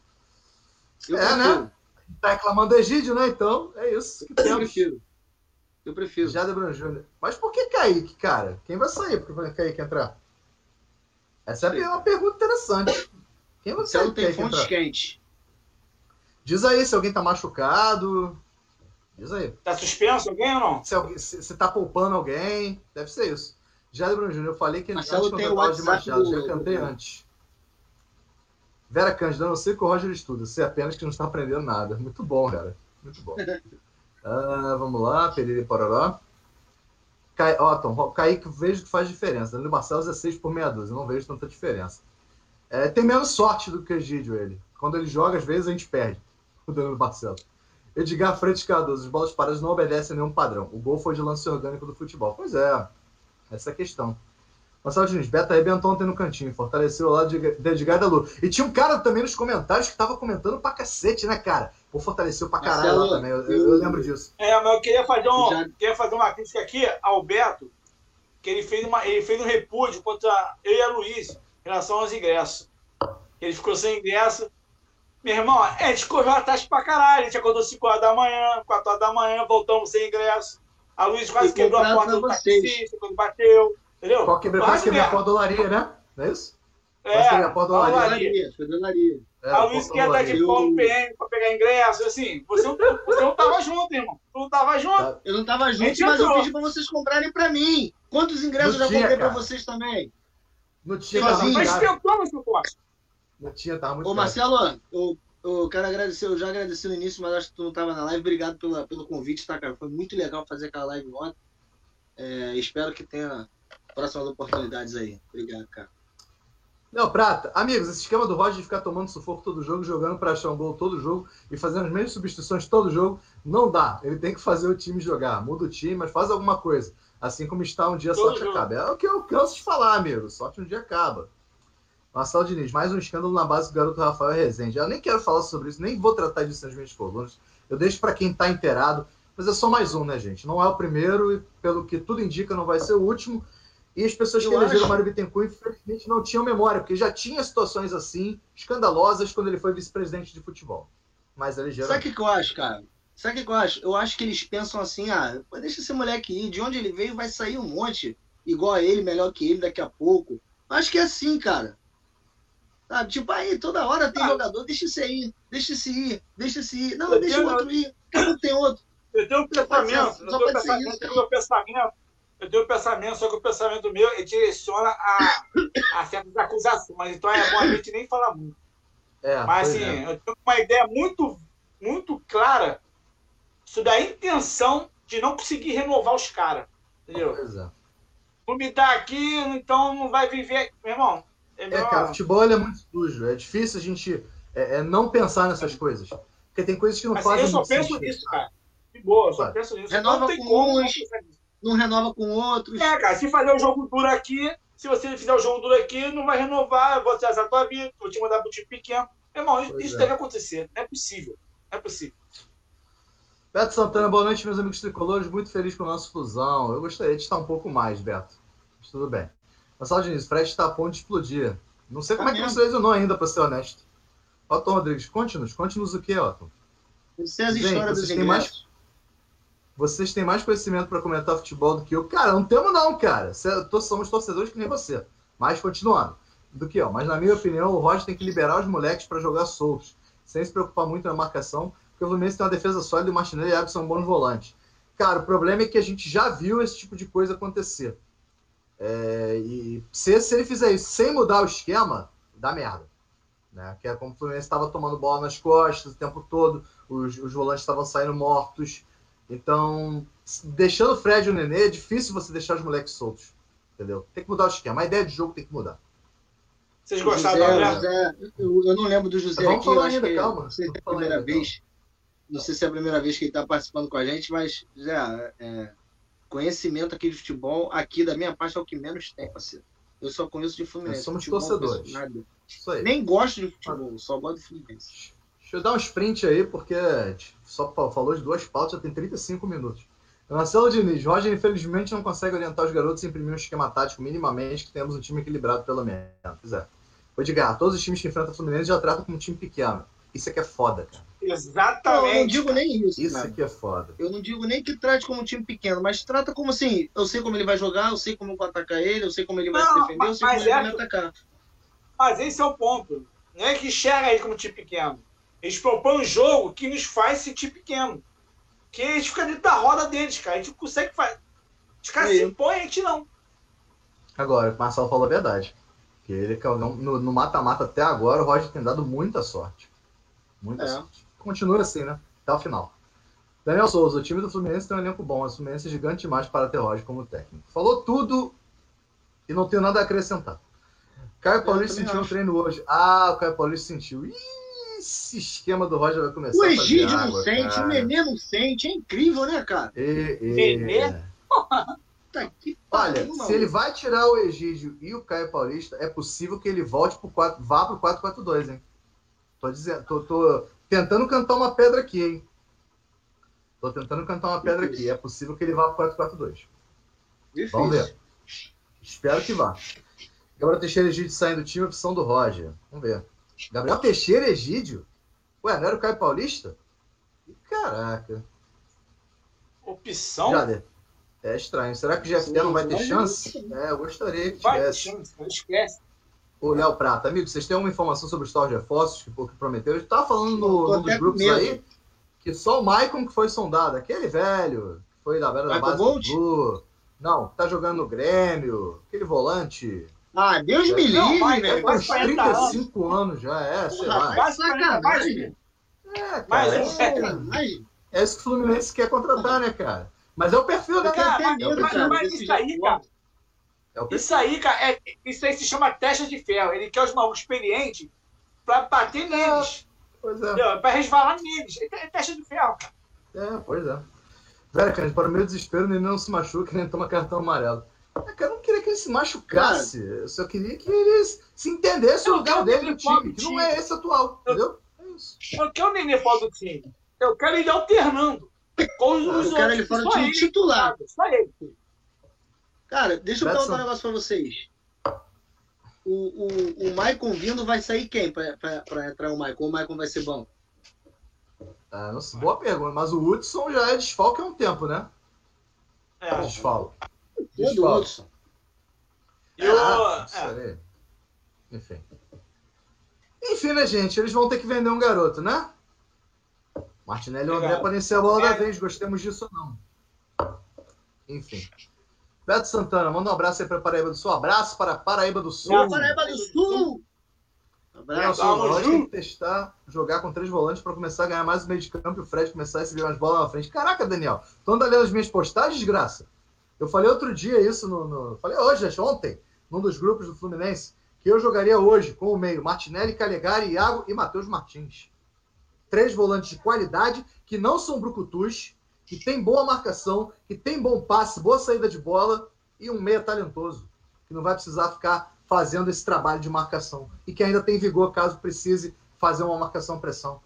Eu é, prefiro. né? Tá reclamando do Egídio, né? Então, é isso que Eu temos. prefiro. Eu prefiro. Já Debron Júnior. Mas por que Kaique, cara? Quem vai sair porque vai Kaique entrar? Essa é uma pergunta interessante. Quem vai sair? Marcelo tem fontes quentes. Diz aí se alguém tá machucado. Diz aí. Tá suspenso alguém ou não? Se, alguém, se, se tá poupando alguém. Deve ser isso. Já Debron Júnior, eu falei que Marcelo antes tem o de WhatsApp Machado, do... já cantei antes. Vera Cândida, não sei que o Roger estuda, sei apenas que não está aprendendo nada. Muito bom, cara. Muito bom. Ah, vamos lá, Pereira e Pororó. Cai, ó, Tom, Kaique, vejo que faz diferença. Danilo Barcelos é seis por meia dúzia, eu não vejo tanta diferença. É, tem menos sorte do que o Egídio, ele. Quando ele joga, às vezes a gente perde. O Danilo Barcelos. Edgar Freitas Cardoso, as bolas paradas não obedecem a nenhum padrão. O gol foi de lance orgânico do futebol. Pois é, essa é a questão. Marcelo Diniz, Beto arrebentou ontem no cantinho, fortaleceu o lado de Edgar da Lu. E tinha um cara também nos comentários que tava comentando pra cacete, né, cara? Pô, fortaleceu pra caralho Marcelo, lá também, eu, eu, eu lembro disso. É, mas eu queria fazer, um, Já... queria fazer uma crítica aqui ao Beto, que ele fez, uma, ele fez um repúdio contra eu e a Luiz em relação aos ingressos. Ele ficou sem ingresso. Meu irmão, a gente correu atrás pra caralho. A gente acordou cinco horas da manhã, quatro horas da manhã, voltamos sem ingresso. A Luiz quase E quebrou a porta do vocês. taxista quando bateu. Entendeu? Qual quebrou quase quebrou a porta da olaria, né? Não é isso? É, Quase quebrou a porta da olaria. Olaria, foi da olaria. É, a Luiz quer dar de pau no P M pra pegar ingresso. Assim, você não, você não tava junto, irmão. Tu não tava junto. Tá. Eu não tava A junto, gente mas eu entrou. pedi pra vocês comprarem pra mim. Quantos ingressos Não eu já tinha, comprei pra cara. vocês também? Não tinha, Sozinho. tava Mas muito caro. tentou, meu filho. Não tinha, tava muito Ô, caro. Marcelo, eu, eu quero agradecer, eu já agradeci no início, mas acho que tu não tava na live. Obrigado pela, pelo convite, tá, cara? Foi muito legal fazer aquela live ontem. É, espero que tenha próximas oportunidades aí. Obrigado, cara. Não, Prata, amigos, esse esquema do Roger de ficar tomando sufoco todo jogo, jogando para achar um gol todo jogo e fazendo as mesmas substituições todo jogo, não dá. Ele tem que fazer o time jogar. Muda o time, mas faz alguma coisa. Assim como está um dia, a sorte acaba. É o que eu canso de falar, amigo. Sorte um dia acaba. Marcelo Diniz, mais um escândalo na base do garoto Rafael Rezende. Eu nem quero falar sobre isso, nem vou tratar disso nas minhas colunas. Eu deixo para quem está inteirado. Mas é só mais um, né, gente? Não é o primeiro e, pelo que tudo indica, não vai ser o último. E as pessoas Eu que elegeram acho... o Mário Bittencourt, infelizmente, não tinham memória, porque já tinha situações assim, escandalosas, quando ele foi vice-presidente de futebol. Mas elegeram... Sabe o que, que eu acho, cara? Sabe o que, que eu acho? Eu acho que eles pensam assim, ah, deixa esse moleque ir, de onde ele veio vai sair um monte, igual a ele, melhor que ele daqui a pouco. Acho que é assim, cara. Sabe? Tipo, aí, toda hora tem ah. jogador, deixa esse ir, deixa esse ir, deixa esse ir. Não, eu deixa o outro ir, não tem outro. Eu tenho um pensamento, eu tenho um pensamento, isso, eu tenho um pensamento, eu tenho um pensamento, só que o pensamento meu ele direciona a, a certas acusações, então é bom a gente nem falar muito. É, Mas assim, é. eu tenho uma ideia muito, muito clara sobre a intenção de não conseguir renovar os caras, entendeu? É. Não me dá aquilo, então não vai viver, meu irmão. É, é cara, o futebol é muito sujo, é difícil a gente é, é, não pensar nessas coisas, porque tem coisas que não Mas, fazem eu só penso sentido. nisso, cara. De boa, eu só penso nisso. Renova não tem com como uns, não renova com outros. É, cara, se fazer o jogo duro aqui, se você fizer o jogo duro aqui, não vai renovar, você azar a tua vida, vou te mandar pro time pequeno. Meu irmão, pois isso é. deve acontecer. Não é possível. Não é possível. Beto Santana, boa noite, meus amigos tricolores. Muito feliz com o nosso fusão. Eu gostaria de estar um pouco mais, Beto. Mas tudo bem. Marcelo Diniz, o Fred está a ponto de explodir. Não sei como tá é mesmo. que você lesionou ainda, para ser honesto. Otton Rodrigues, conte-nos. Conte-nos o que, Otton? Você as histórias dos têm mais Vocês têm mais conhecimento para comentar futebol do que eu? Cara, não temos não, cara. Somos torcedores que nem você. Mas, continuando, do que eu. Mas, na minha opinião, o Roger tem que liberar os moleques para jogar soltos, sem se preocupar muito na marcação, porque o Fluminense tem uma defesa sólida e o Martinelli e o Everton são bons volantes. Cara, o problema é que a gente já viu esse tipo de coisa acontecer. É, e se, se ele fizer isso sem mudar o esquema, dá merda. Né? Que é como o Fluminense estava tomando bola nas costas o tempo todo, os, os volantes estavam saindo mortos. Então, deixando o Fred e o Nenê, é difícil você deixar os moleques soltos. Entendeu? Tem que mudar o esquema. A ideia de jogo tem que mudar. Vocês gostaram da José, José, eu, eu não lembro do José Vamos aqui. falar eu acho ainda, que calma. Não sei se é a Vamos primeira ainda, vez. Calma. Não sei se é a primeira vez que ele está participando com a gente, mas, José, é, conhecimento aqui de futebol, aqui da minha parte é o que menos tem, parceiro. Eu só conheço de Fluminense. Nós somos futebol, não conheço torcedores. nada. Isso aí. Nem gosto de futebol, só gosto de Fluminense. Deixa eu dar um sprint aí, porque a gente só falou de duas pautas, já tem trinta e cinco minutos. Marcelo Diniz, Roger infelizmente não consegue orientar os garotos a imprimir um esquema tático minimamente, que temos um time equilibrado pelo menos. É. Edgar, todos os times que enfrentam o Fluminense já tratam como um time pequeno. Isso aqui é foda, cara. Exatamente. Eu não digo nem isso, Isso cara. aqui é foda. Eu não digo nem que trate como um time pequeno, mas trata como assim, eu sei como ele vai jogar, eu sei como eu vou atacar ele, eu sei como ele vai Não, se defender, eu sei mas como ele é vai me que- atacar. Mas esse é o ponto. Não é que enxerga ele como time pequeno. Eles propõem um jogo que nos faz sentir pequeno. Que eles ficam dentro da roda deles, cara. A gente não consegue fazer. Os caras Aí. se impõem, a gente não. Agora, o Marcelo falou a verdade. Que ele, no no mata-mata até agora, o Roger tem dado muita sorte. Muita É. sorte. Continua assim, né? Até o final. Daniel Souza, o time do Fluminense tem um elenco bom. O Fluminense é gigante demais para ter Roger como técnico. Falou tudo e não tenho nada a acrescentar. Caio Paulista também sentiu um acho. treino hoje. Ah, o Caio Paulista sentiu. Ih, esse esquema do Roger vai começar O a fazer Egídio não água, sente, cara. o Nenê não sente, é incrível, né, cara? E, e... Nenê? Tá que Olha, pariu, se maluco. ele vai tirar o Egídio e o Caio Paulista, é possível que ele volte pro quatro, vá pro quatro quatro dois, hein? Tô dizendo, tô, tô tentando cantar uma pedra aqui, hein? Tô tentando cantar uma pedra aqui. É possível que ele vá pro quatro quatro dois. Difícil. Vamos ver. Espero que vá. Gabriel Teixeira e Egídio saindo do time, opção do Roger. Vamos ver. Gabriel Teixeira e Egídio? Ué, não era o Caio Paulista? Caraca. Opção. Jader, é estranho. Será que o G F T não vai ter chance? É, eu gostaria que Vai ter tivesse. chance, não esquece. Ô, Léo Prata, amigo, vocês têm alguma informação sobre os tal reforços que, que prometeram? A gente tava falando no, Tô num dos até com grupos medo. aí que só o Maicon que foi sondado, aquele velho, que foi da beira da Michael base Bolt? do Blue. Não, tá jogando no Grêmio, aquele volante. Ah, Deus me Não, livre, mas- velho. Com mas- uns quarenta trinta e cinco anos já, é, sei lá. Rapaz, Quase quarenta, mais sacanagem. de- É, cara, Mas é, é- Sacanagem. é isso que o Fluminense quer contratar, né, cara? Mas é o perfil, né? Eu tenho Cara, até mas- medo, mas- cara. mas desse isso aí, jogo. cara, É o perfil. Isso aí, cara, é, isso aí se chama testa de ferro. Ele quer os malucos experientes pra bater neles. Pois é. Entendeu? Pra resvalar neles. É testa de ferro, cara. É, pois é. Velho, cara, para o meu desespero, o Nenê não se machuca nem toma cartão amarelo. É, cara, eu não queria que ele se machucasse. Eu só queria que ele se entendesse o Eu lugar quero dele que no ele fale time, do que não time. é esse atual, entendeu? É isso. Eu quero o Nenê fora do time. Eu quero ele alternando. Com os Eu outros. quero ele fora do Só time ele, titular. sabe? Só ele. Cara, deixa eu Betson. perguntar um negócio pra vocês. O, o, o Maicon vindo vai sair quem pra, pra, pra entrar o Maicon? O Maicon vai ser bom? Ah, não sei, boa pergunta, mas o Hudson já é desfalque há um tempo, né? É. Desfalque. Todo Desfalque. Hudson. Eu, Ah, não é. sei. Enfim. Enfim, né, gente? Eles vão ter que vender um garoto, né? Martinelli e o André Legal. podem ser a bola da É. vez, gostemos disso ou não. Enfim. Beto Santana, manda um abraço aí para Paraíba do Sul. Abraço para Paraíba do Sul. Ô, Paraíba do Sul! Daniel Abraço. Souza, Tamo nós junto. temos que testar, jogar com três volantes para começar a ganhar mais o meio de campo e o Fred começar a receber mais bola na frente. Caraca, Daniel, tu anda lendo as minhas postagens, desgraça? Eu falei outro dia isso, no, no- falei hoje, acho, ontem, num dos grupos do Fluminense, que eu jogaria hoje com o meio Martinelli, Calegari, Iago e Matheus Martins. Três volantes de qualidade, que não são brucutus, que tem boa marcação, que tem bom passe, boa saída de bola e um meia talentoso, que não vai precisar ficar fazendo esse trabalho de marcação e que ainda tem vigor caso precise fazer uma marcação-pressão.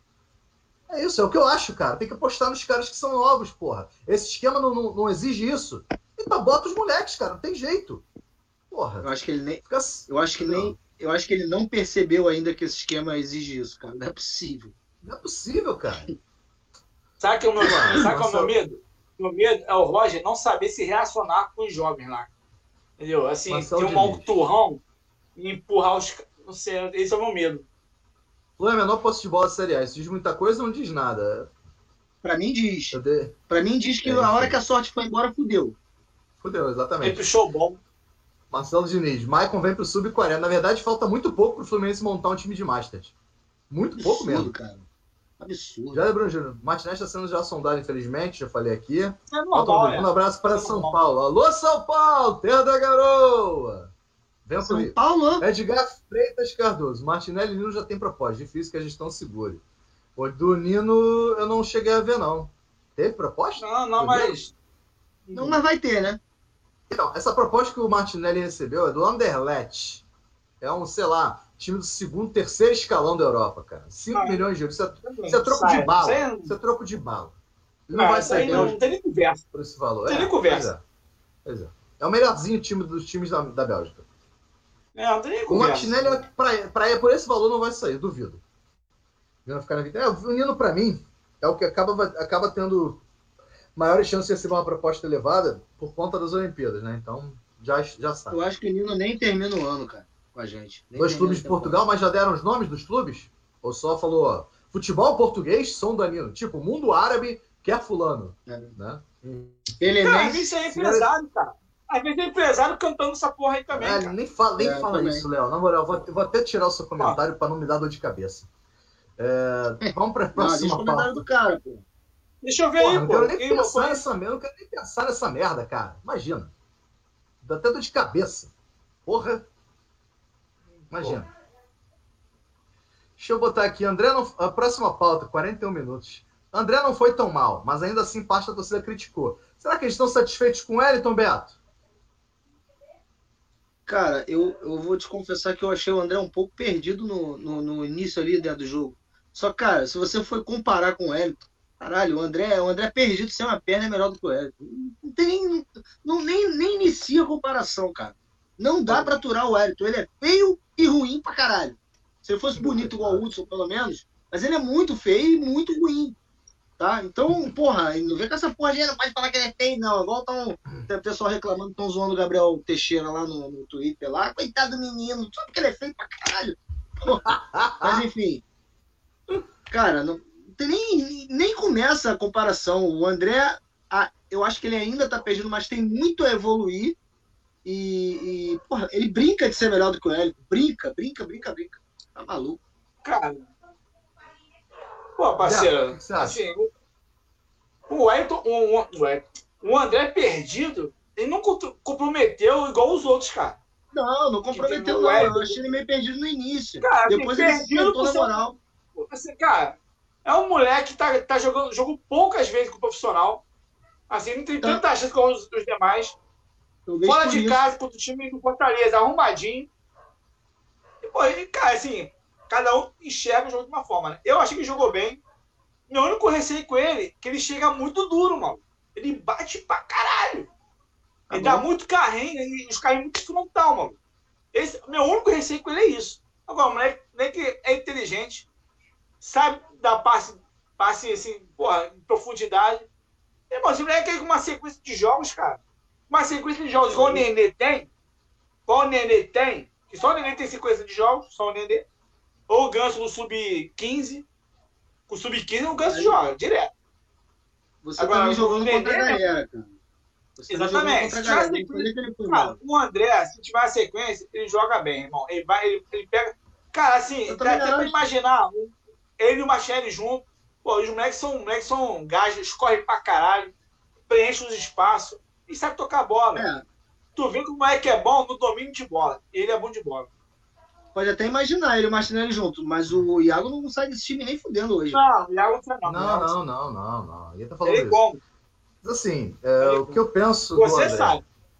É isso, é o que eu acho, cara. Tem que apostar nos caras que são novos, porra. Esse esquema não, não, não exige isso. Então bota os moleques, cara. Não tem jeito. Porra. Eu acho que ele nem. Fica... Eu acho que nem. Eu acho que ele não percebeu ainda que esse esquema exige isso, cara. Não é possível. Não é possível, cara. Sabe que é o meu, Mano, sabe qual é o meu Marcelo. medo? Meu medo é o Roger não saber se relacionar com os jovens lá. Entendeu? Assim, Marcelo ter um mau Diniz. turrão e empurrar os. Não sei, esse é o meu medo. Não é a menor posse de bola da Série A. Isso diz muita coisa ou não diz nada? Pra mim diz. Eu dei... Pra mim diz que É, a hora sim. que a sorte foi embora, fudeu. Fudeu, Ele exatamente. puxou bom. Marcelo Diniz. Maicon vem pro sub quarenta. Na verdade, falta muito pouco pro Fluminense montar um time de Masters. Muito pouco Absurdo, mesmo. cara. Absurdo. Já, Bruno Júnior. Martinez está sendo já sondado, infelizmente. Já falei aqui. É Falta normal, um é. abraço para É São normal. Paulo. Alô, São Paulo! Terra da Garoa! Vem São comigo. Paulo? Edgar Freitas Cardoso. Martinelli e Nino já tem proposta. Difícil que a gestão segure. O do Nino eu não cheguei a ver, não. Teve proposta? Não, não, Entendeu? mas. Não, mas vai ter, né? Então, essa proposta que o Martinelli recebeu é do Anderlecht. É um, sei lá, time do segundo, terceiro escalão da Europa, cara. cinco Ah, milhões de euros. Isso é, isso é troco sai, de bala. sai- Isso é troco de bala. Ele Não, não vai isso aí sair não, hoje não tem nem conversa. por esse valor. Não tem É, nem conversa. Pois é. Pois é. É o melhorzinho time dos times da, da Bélgica. É, não tem nem O conversa. Martinelli, pra, pra, por esse valor, não vai sair, duvido. Ele vai ficar na vida. É, o Nino, pra mim, é o que acaba, acaba tendo maiores chances de receber uma proposta elevada por conta das Olimpíadas, né? Então, já, já sabe. Eu acho que o Nino nem termina o ano, cara, com a gente. Nem Dois termina clubes a de temporada. Portugal, mas já deram os nomes dos clubes? Ou só falou, ó, futebol português, São Danilo. Tipo, mundo árabe quer fulano. É. Né? Ele Cara, nem... às vezes é empresário, cara. Às vezes é empresário cantando essa porra aí também, É, cara. nem fala, nem É, fala também. isso, Léo. Na moral, eu vou, eu vou até tirar o seu comentário para não me dar dor de cabeça. É, vamos para a Não, deixa próxima o comentário pauta. do cara, pô. Deixa eu ver Porra, aí, não pô. quero nem Quem pensar foi? nessa merda, não quero nem pensar nessa merda, cara. Imagina. Dá até dor de cabeça. Porra. Imagina. Deixa eu botar aqui, André não... a próxima pauta, quarenta e um minutos. André não foi tão mal, mas ainda assim parte da torcida criticou. Será que eles estão satisfeitos com o Wellington, Beato? Cara, eu, eu vou te confessar que eu achei o André um pouco perdido no, no, no início ali, né, do jogo. Só, cara, se você for comparar com o Wellington, caralho, o André, o André perdido sem uma perna é melhor do que o Wellington. Não tem nem, não, nem, nem inicia a comparação, cara. Não dá pra aturar o Wellington. Ele é feio e ruim pra caralho. Se ele fosse bonito igual o Hudson, pelo menos, mas ele é muito feio e muito ruim. Tá? Então, porra, não vem com essa porra de não pode falar que ele é feio, não. Igual tão, tem o pessoal reclamando que estão zoando o Gabriel Teixeira lá no, no Twitter lá. Coitado do menino, só porque ele é feio pra caralho. Porra. Mas enfim. Cara, não, tem nem, nem começa a comparação. O André, a, eu acho que ele ainda tá perdido, mas tem muito a evoluir. E, e porra, ele brinca de ser melhor do que o Hélio. Brinca, brinca, brinca, brinca. Tá maluco. Cara. Pô, parceiro, o que você acha? assim, o- o Wellington, o, o, o André perdido, ele não co- comprometeu igual os outros, cara. Não, não comprometeu, O não. Hélio- Eu achei ele meio perdido no início. Cara, Depois assim, ele se perdido sentou por na ser- moral. Assim, cara, é um moleque que tá, tá jogando jogou poucas vezes com o profissional. Assim, não tem Tá. tanta chance como os, os demais. Eu vejo Fora por de isso. casa, contra o time do Fortaleza, arrumadinho. E, pô, e, cara, assim, cada um enxerga o jogo de uma forma, né? Eu achei que jogou bem. Meu único receio com ele é que ele chega muito duro, mano. Ele bate pra caralho. Tá Ele bom. dá muito carrinho e os carrinhos muito frontal, mano. Esse, meu único receio com ele é isso. Agora, o moleque, o moleque é inteligente, sabe dar passe, passe assim, porra, em profundidade. E, mano, esse moleque aí com uma sequência de jogos, cara. Uma sequência de jogos igual o Nenê tem. Igual o Nenê tem. Que só o Nenê tem sequência de jogos, só o Nenê. Ou o Ganso no sub quinze. Com o sub quinze o Ganso joga, direto. Você Agora, também jogando o Nenê, contra a galera, cara. Você também jogando Exatamente. contra a Se galera. tivesse Não falei que ele foi Cara, mal. o André, se tiver a sequência, ele joga bem, irmão. Ele vai, ele, ele pega. Cara, assim, Eu dá também até pra acho. imaginar um- ele e o Machele junto. Pô, os moleques são, moleques são gajos, correm pra caralho, preenchem os espaços e sabe tocar bola. É, Tu vê que o moleque é bom no domínio de bola. Ele é bom de bola. pode até imaginar ele e o Martinelli junto, mas o Iago não sai desse time nem fudendo hoje. Não, o Iago não Não, não. não, não, não, não. Ninguém tá falando Ele isso. como? Mas, assim, é, Ele- o que eu penso Você do André... sabe.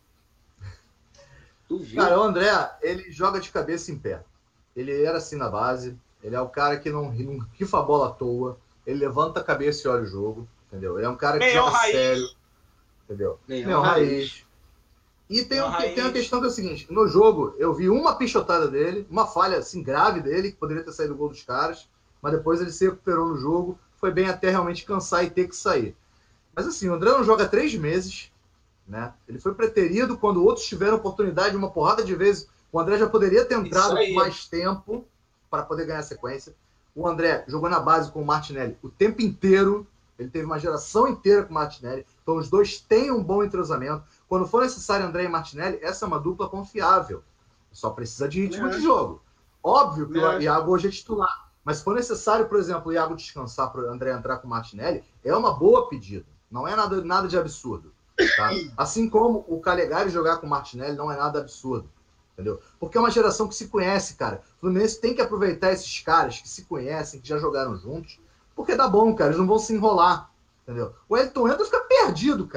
Tu viu? Cara, o André, ele joga de cabeça em pé. Ele era assim na base. Ele é o cara que não, não rifa a bola à toa. Ele levanta a cabeça e olha o jogo. Entendeu? Ele é um cara que Meião joga raiz. sério. Entendeu? Meião Meião raiz. raiz. E tem, Meião um- raiz. tem uma questão que é o seguinte. No jogo, eu vi uma pichotada dele. Uma falha assim grave dele, que poderia ter saído o gol dos caras. Mas depois ele se recuperou no jogo. Foi bem até realmente cansar e ter que sair. Mas assim, o André não joga há três meses. Né? Ele foi preterido quando outros tiveram oportunidade uma porrada de vezes. O André já poderia ter entrado Isso aí. com mais tempo para poder ganhar a sequência. O André jogou na base com o Martinelli o tempo inteiro. Ele teve uma geração inteira com o Martinelli. Então os dois têm um bom entrosamento. Quando for necessário André e Martinelli, essa é uma dupla confiável. Só precisa de ritmo É. de jogo. Óbvio que É. o Iago hoje é titular. Mas se for necessário, por exemplo, o Iago descansar para o André entrar com o Martinelli, é uma boa pedida. Não é nada, nada de absurdo. Tá? Assim como o Calegari jogar com o Martinelli não é nada absurdo. Entendeu? Porque é uma geração que se conhece, cara. O Fluminense tem que aproveitar esses caras que se conhecem, que já jogaram juntos, porque dá bom, cara. Eles não vão se enrolar. Entendeu? O Elton entra e fica perdido, cara.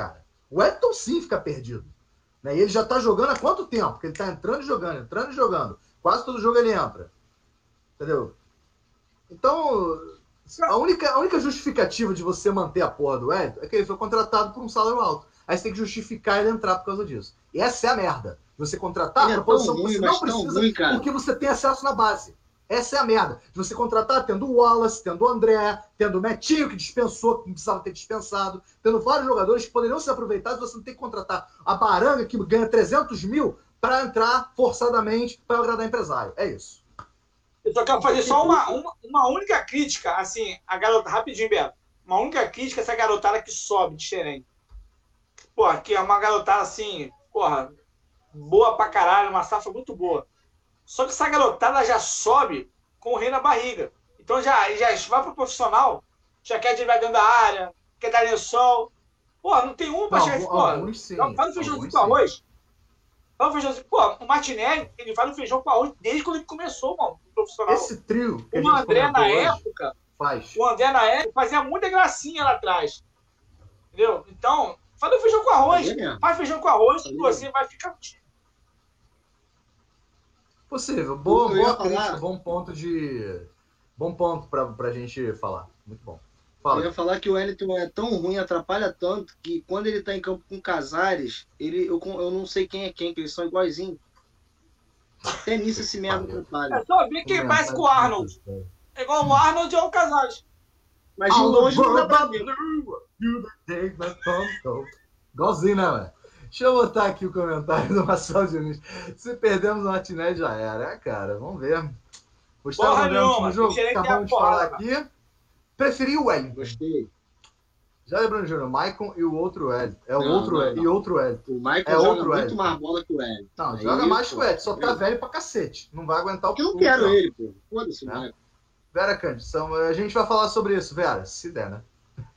O Wellington sim fica perdido. Né? E ele já tá jogando há quanto tempo? Porque ele tá entrando e jogando, entrando e jogando. Quase todo jogo ele entra. Entendeu? Então, a única, a única justificativa de você manter a porra do Wellington é que ele foi contratado por um salário alto. Aí você tem que justificar ele entrar por causa disso. E essa é a merda. Você contratar Ele é pra posição tão que você ruim, não mas tão precisa ruim, cara. porque você tem acesso na base. Essa é a merda. De você contratar tendo o Wallace, tendo o André, tendo o Metinho, que dispensou, que não precisava ter dispensado, tendo vários jogadores que poderiam ser aproveitados, você não tem que contratar a Baranga, que ganha trezentos mil, para entrar forçadamente para agradar empresário. É isso. Eu só quero fazer só uma, uma, uma única crítica, assim, a garota, rapidinho, Beto. Uma única crítica a essa garotada que sobe de Xerém. Porra, que é uma garotada, assim, porra, boa pra caralho, uma safra muito boa. Só que essa garotada já sobe com o rei na barriga. Então já, já vai pro profissional, já quer drivar dentro da área, quer dar lençol. Porra, não tem um pra Não, chegar. alguns sim, Porra, faz um feijãozinho alguns com arroz. Faz um feijãozinho. Pô, o Martinelli, ele faz um feijão com arroz desde quando ele começou, mano, no profissional. Esse trio que a O gente André, na hoje, época, faz. o André, na época, fazia muita gracinha lá atrás. Entendeu? Então, faz um feijão com arroz. Fazia mesmo. Faz feijão com arroz que Fazia você vai ficar. Possível. Boa, Eu ia boa falar- crítica, bom ponto de. Bom ponto pra, pra gente falar. Muito bom. Fala. Eu ia falar que o Wellington é tão ruim, atrapalha tanto, que quando ele tá em campo com Casares, ele, eu, eu não sei quem é quem, que eles são iguaizinhos. Até nisso esse merda atrapalha. É só ver quem parece com o Arnold. É igual o Arnold ou o Casares. Mas de longe não dá pra ver. Igualzinho, né, velho? Deixa eu botar aqui o comentário do Marcelo Diniz. Se perdemos o Martinelli, já era. É, cara, vamos ver. Gostaram Porra do mesmo nenhuma, time jogo? tem que Acabamos de ter a falar porrada. aqui. Preferi o Wellington. Gostei. Já lembrando, Júnior, Maicon e o outro Wellington. É o Não, outro não, Wellington. não. E outro Wellington. O Michael É joga outro muito Wellington. mais bola que o Wellington. Não, Aí, joga mais que o pô, Wellington. Só tá eu- velho pra cacete. Não vai aguentar o Eu não o- quero não. ele, pô. Foda-se, o É. Michael. Vera Cândido, são- a gente vai falar sobre isso, Vera, se der, né?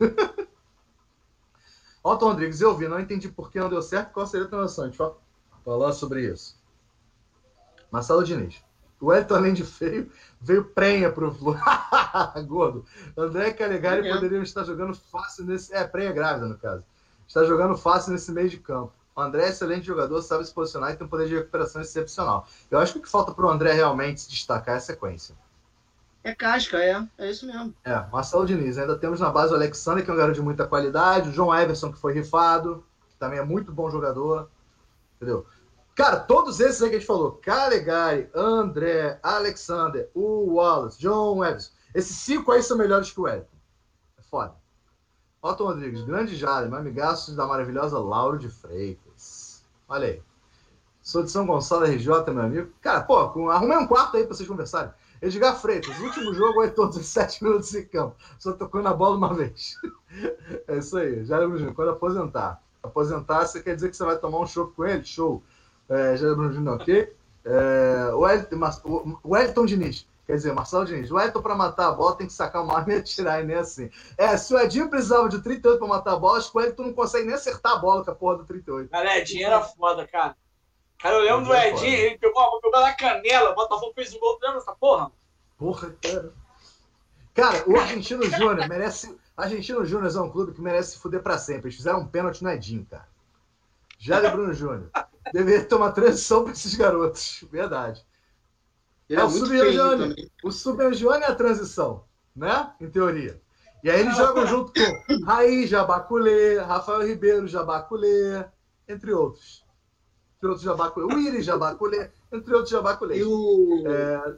Otto Rodrigues, eu vi, não entendi por que não deu certo, qual seria a transação? A gente vai falar sobre isso. Marcelo Diniz. O Wellington, além de feio, veio prenha pro Flu. Gordo. André e Calegari É. poderiam estar jogando fácil nesse... É, prenha grávida, no caso. Está jogando fácil nesse meio de campo. O André é excelente jogador, sabe se posicionar e tem um poder de recuperação excepcional. Eu acho que o que falta pro André realmente se destacar é a sequência. É casca, é. É isso mesmo. É, Marcelo Diniz. Ainda temos na base o Alexander, que é um garoto de muita qualidade, o João Everson, que foi rifado, que também é muito bom jogador. Entendeu? Cara, todos esses aí que a gente falou, Calegari, André, Alexander, o Wallace, João Everson, esses cinco aí são melhores que o Wellington. É foda. Otto Rodrigues, grande Jale, amigaços da maravilhosa Lauro de Freitas. Olha aí. Sou de São Gonçalo, R J, meu amigo. Cara, pô, com- arrumei um quarto aí pra vocês conversarem. Edgar Freitas, último jogo, oito dezessete minutos em campo. Só tocou na bola uma vez. É isso aí. Já Bruno, quando aposentar. Aposentar, você quer dizer que você vai tomar um chopp com ele? Show. É, já Bruno Júnior, ok? É, o, Wellington, o o Wellington Diniz. Quer dizer, Marcelo Diniz. O Wellington, pra matar a bola, tem que sacar uma arma e atirar, e nem assim. É, se o Edinho precisava de trinta e oito pra matar a bola, acho que o Wellington não consegue nem acertar a bola com a porra do trinta e oito. Cara, Edinho era foda, cara. Cara, eu lembro do Edinho é Edinho, foda. ele pegou, pegou na canela, o Botafogo fez o gol, lembra dessa porra? Porra, cara. Cara, o Argentino Júnior merece. Argentino Júnior é um clube que merece se fuder pra sempre. Eles fizeram um pênalti no Edinho, cara. Jáder Bruno Júnior. Deveria tomar transição pra esses garotos. Verdade. Ele É é, o muito Subiangione. feio também. O Subiangione é a transição, né? Em teoria. E aí eles jogam junto com Raí Jabaculê, Rafael Ribeiro Jabaculê, entre outros. Entre outros Jabaculê. O Iris Jabaculê, entre outros Jabaculês. E o... É...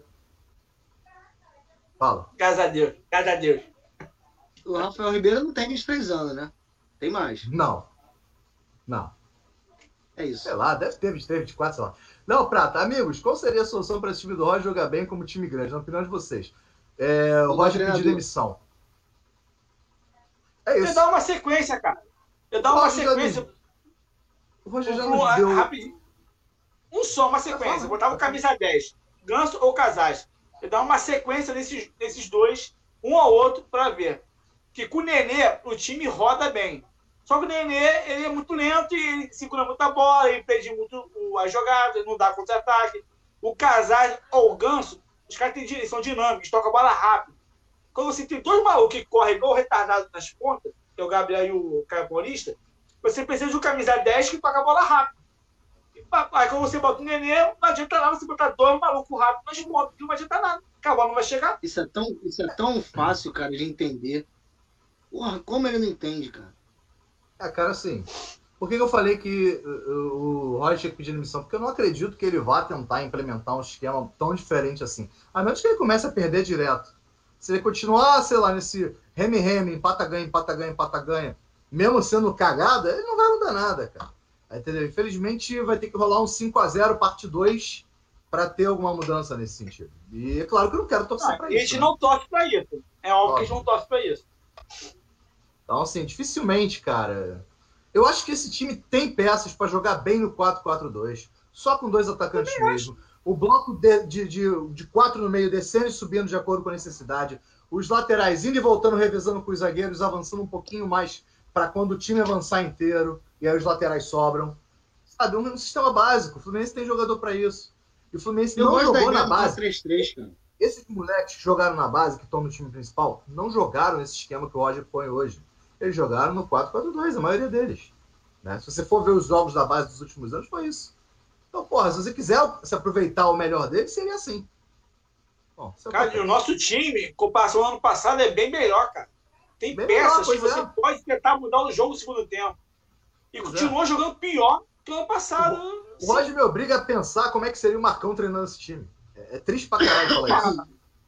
Fala. Graças a Deus, graças a Deus. o Rafael Ribeiro não tem vinte e três anos, né? Tem mais. Não. Não. É isso. Sei lá, deve ter vinte e três, vinte e quatro, sei lá. Não, Prata, amigos, qual seria a solução para esse time do Roger jogar bem como time grande? Na opinião de vocês. É, o O Roger treinador. pedir demissão. É Eu isso. dar uma sequência, cara. Eu dar O uma Roger já sequência. O Roger já Um, nos deu... rapidinho. Um só, uma sequência. Eu botava o camisa dez, Ganso ou Casais. Eu dava uma sequência nesses, nesses dois, um ao outro, para ver. Que com o Nenê, o time roda bem. Só que o Nenê, ele é muito lento e ele segura muita bola, ele perde muito o- a jogada, não dá contra-ataque. O Casais ou o Ganso, os caras têm, eles são dinâmicos, tocam a bola rápido. Quando você tem dois malucos que correm igual retardado nas pontas, que é o Gabriel e o Caio Paulista, Você precisa de um camisa dez que toca a bola rápido. Aí quando você bota o Nenê, não adianta nada você botar dois malucos rápidos nas pontas, não adianta nada. A bola não vai chegar. Isso é tão, isso é tão fácil, cara, de entender. Porra, como ele não entende, cara? É, cara, assim, por que eu falei que o Roger tinha que pedir demissão? Porque eu não acredito que ele vá tentar implementar um esquema tão diferente assim. A menos que ele comece a perder direto. Se ele continuar, sei lá, nesse reme-reme, empata-ganha, empata-ganha, empata-ganha, mesmo sendo cagada, ele não vai mudar nada, cara. Entendeu? Infelizmente vai ter que rolar um cinco a zero parte dois para ter alguma mudança nesse sentido. E é claro que eu não quero torcer para isso. A gente né? não torce para isso. É óbvio, óbvio que a gente não torce para isso. Então, assim, dificilmente, cara. Eu acho que esse time tem peças para jogar bem no quatro quatro dois. Só com dois atacantes mesmo. O bloco de, de, de, de quatro no meio descendo e subindo de acordo com a necessidade. Os laterais indo e voltando, revezando com os zagueiros, avançando um pouquinho mais para quando o time avançar inteiro. E aí os laterais sobram. Sabe, um, um sistema básico. O Fluminense tem jogador para isso. E o Fluminense Eu não jogou na do base. três três, cara. Esses moleques que jogaram na base, que estão no time principal, não jogaram nesse esquema que o Roger põe hoje. Eles jogaram no quatro quatro dois, a maioria deles. Né? Se você for ver os jogos da base dos últimos anos, foi isso. Então, porra, se você quiser se aproveitar o melhor deles, seria assim. Bom, cara, e o nosso time, em comparação ao ano passado, é bem melhor, cara. Tem bem peças melhor, que você é. pode tentar mudar o jogo no segundo tempo. E pois continuou é. jogando pior que o ano passado. O Roger me obriga a pensar como é que seria o Marcão treinando esse time. É, é triste pra caralho falar isso.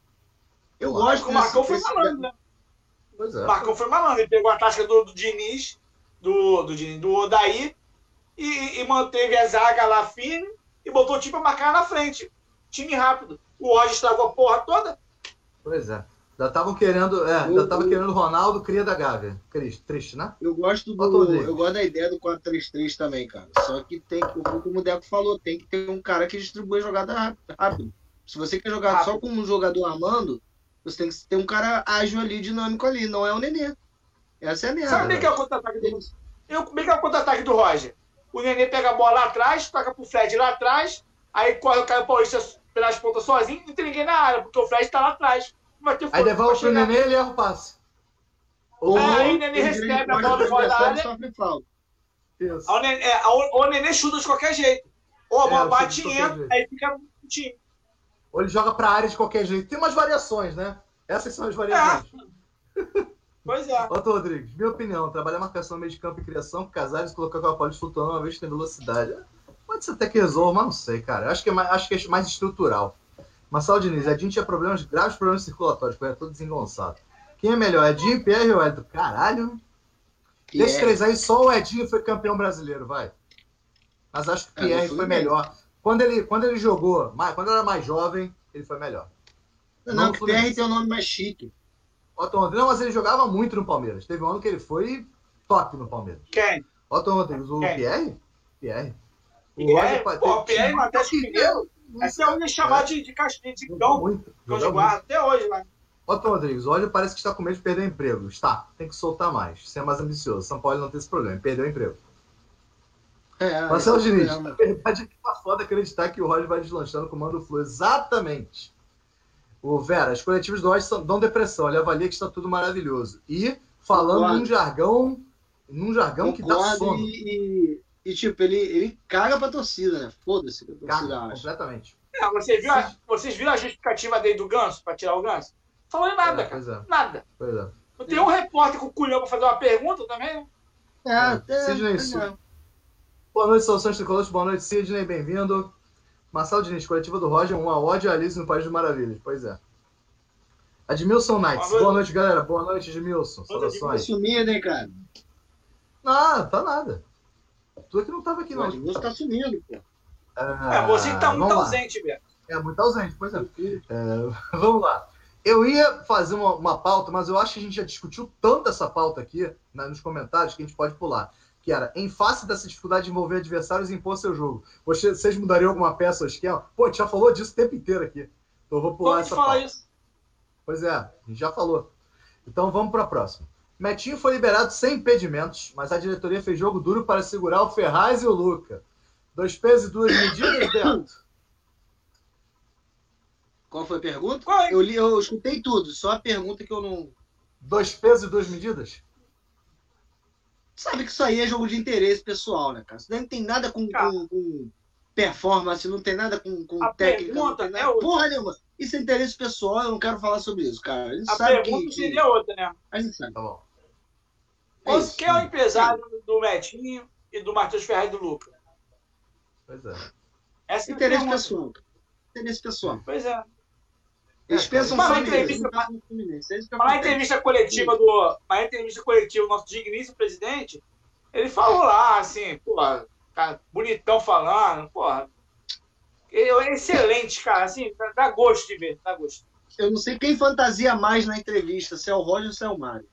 Eu Pô, gosto o Marcão desse- foi desse- malandro, né? Pois é. O Marcão foi malandro. Ele pegou a tática do, do Diniz, do, do, Diniz, do Odaí, e, e manteve a zaga lá firme e botou o time pra marcar na frente. Time rápido. O Roger estragou a porra toda. Pois é. Já estavam querendo, é, Eu- já tava eu- querendo o Ronaldo, cria da Gávea. Triste, triste, né? Eu gosto Ó, do, Rodrigo. eu gosto da ideia do quatro três três também, cara. Só que tem que, como o Deco falou, tem que ter um cara que distribui a jogada ráp- rápido. Se você quer jogar Rápido. só como um jogador armando, você tem que ter um cara ágil ali, dinâmico ali, não é o Nenê. Essa é a merda. Sabe como é que é o contra-ataque do Eu, como é que é o contra-ataque do Roger? O Nenê pega a bola lá atrás, toca pro Fred lá atrás, aí corre o Caio Paulista pelas pontas sozinho e não tem ninguém na área, porque o Fred tá lá atrás. Não vai ter Aí força pra devolve pro chegar. Nenê e ele erra o passe. Ou, É, aí o ou Nenê ele recebe a pode bola ter fora da adversário área. e sofre falta. Isso. Aí O Nenê, é, ou- ou o Nenê chuta de qualquer jeito. Ou a É, bola chuta bate de e qualquer entra, jeito. aí fica no time. Ou ele joga pra área de qualquer jeito. Tem umas variações, né? Essas são as variações. Pois é. Otto Rodrigues, minha opinião, trabalhar marcação, meio de campo e criação com Casares e colocar o Paulo flutuando uma vez que tem velocidade. Pode ser até que resolva, mas não sei, cara. Acho que é mais, acho que é mais estrutural. Marcelo Diniz, Edinho tinha problemas, graves problemas circulatórios, foi todo desengonçado. Quem é melhor, Edinho, Pierre ou Edson? Caralho. Que Desses é- três aí, só o Edinho foi campeão brasileiro, vai. Mas acho que o É, Pierre não foi foi mesmo. melhor. Quando ele, quando ele jogou, mais, quando ele era mais jovem, ele foi melhor. Não, Não, não, que o P R tem um nome mais chique. Otto Rodrigues, não, mas ele jogava muito no Palmeiras. Teve um ano que ele foi top no Palmeiras. Quem? Otto Rodrigues, o Quem? Pierre? Pierre. Pierre, Roger- pô, o Pierre no Atlético Mineiro, Até hoje é chamado de, de castilho, de cão, Muito. cão de Joga guarda, muito. até hoje lá. Otto Rodrigues, o Roger parece que está com medo de perder o emprego. Está, tem que soltar mais, ser mais ambicioso. São Paulo não tem esse problema, perdeu o emprego. É, Marcelo esse é o Diniz, problema. a verdade é que tá foda acreditar que o Roger vai deslanchar no comando do Flu. Exatamente. O Vera, as coletivas do Roger são- dão depressão. Ele avalia que está tudo maravilhoso. E falando Concordo. num jargão, num jargão que dá Concordo sono. e, e, e, tipo, ele, ele caga pra torcida, né? Foda-se o que a torcida Cara, acha. completamente. É, você viu a- vocês viram a justificativa dele do Ganso, pra tirar o Ganso? Falou em nada, É, cara. pois é, Nada. pois é. Não tem um repórter com o culhão pra fazer uma pergunta também, né? É, é, Sidney é, Sul. é. Boa noite, Soluções Tricolores. Boa noite, Sidney. Bem-vindo. Marcelo Diniz, coletiva do Roger, uma ódio a Alice no País das Maravilhas. Pois é. Admilson Knights. Boa noite. Boa noite, galera. Boa noite, Admilson. Boa noite, Tá Saudações. sumido, hein, cara? Não, tá nada. Tu aqui não tava aqui, O não. Edmilson tá sumindo, pô. É, você que tá muito vamos lá. ausente, Beto. É, muito ausente, pois é. É, vamos lá. Eu ia fazer uma, uma pauta, mas eu acho que a gente já discutiu tanto essa pauta aqui, né, nos comentários, que a gente pode pular. Que era, em face dessa dificuldade de envolver adversários e impor seu jogo, você- vocês mudariam alguma peça ou esquema? Pô, a gente já falou disso o tempo inteiro aqui. Então eu vou pular Vamos essa falar pauta. isso. Pois é, a gente já falou. Então vamos para a próxima. Metinho foi liberado sem impedimentos, mas a diretoria fez jogo duro para segurar o Ferraz e o Luca. Dois pesos e duas medidas, Beto. Qual foi a pergunta? Qual é? Eu, li, eu escutei tudo, só a pergunta que eu não. Dois pesos e duas medidas? sabe que isso aí é jogo de interesse pessoal, né, cara? Isso daí não tem nada com, Cara, com, com performance, não tem nada com, com a técnica, não pergunta tem nada. é outra. Porra nenhuma. Isso é interesse pessoal, eu não quero falar sobre isso, cara. A gente A sabe que, pergunta que- seria outra, né? A gente sabe. Tá bom. Qual isso. que é o empresário do Metinho e do Matheus Ferraz e do Lucas? Pois é. Essa é a Interesse pergunta. pessoal. cara. Interesse pessoal. Pois é. Eles É, pensam cara, só mas nisso. entrevista- Eles pensam no Fluminense. É isso que Mas na acontece. entrevista coletiva do. Mas na entrevista coletiva do nosso digníssimo presidente, ele falou lá, assim, porra, cara, bonitão falando, porra. Ele é excelente, cara, assim, dá- dá gosto de ver, dá gosto. Eu não sei quem fantasia mais na entrevista, se é o Roger ou se é o Mário.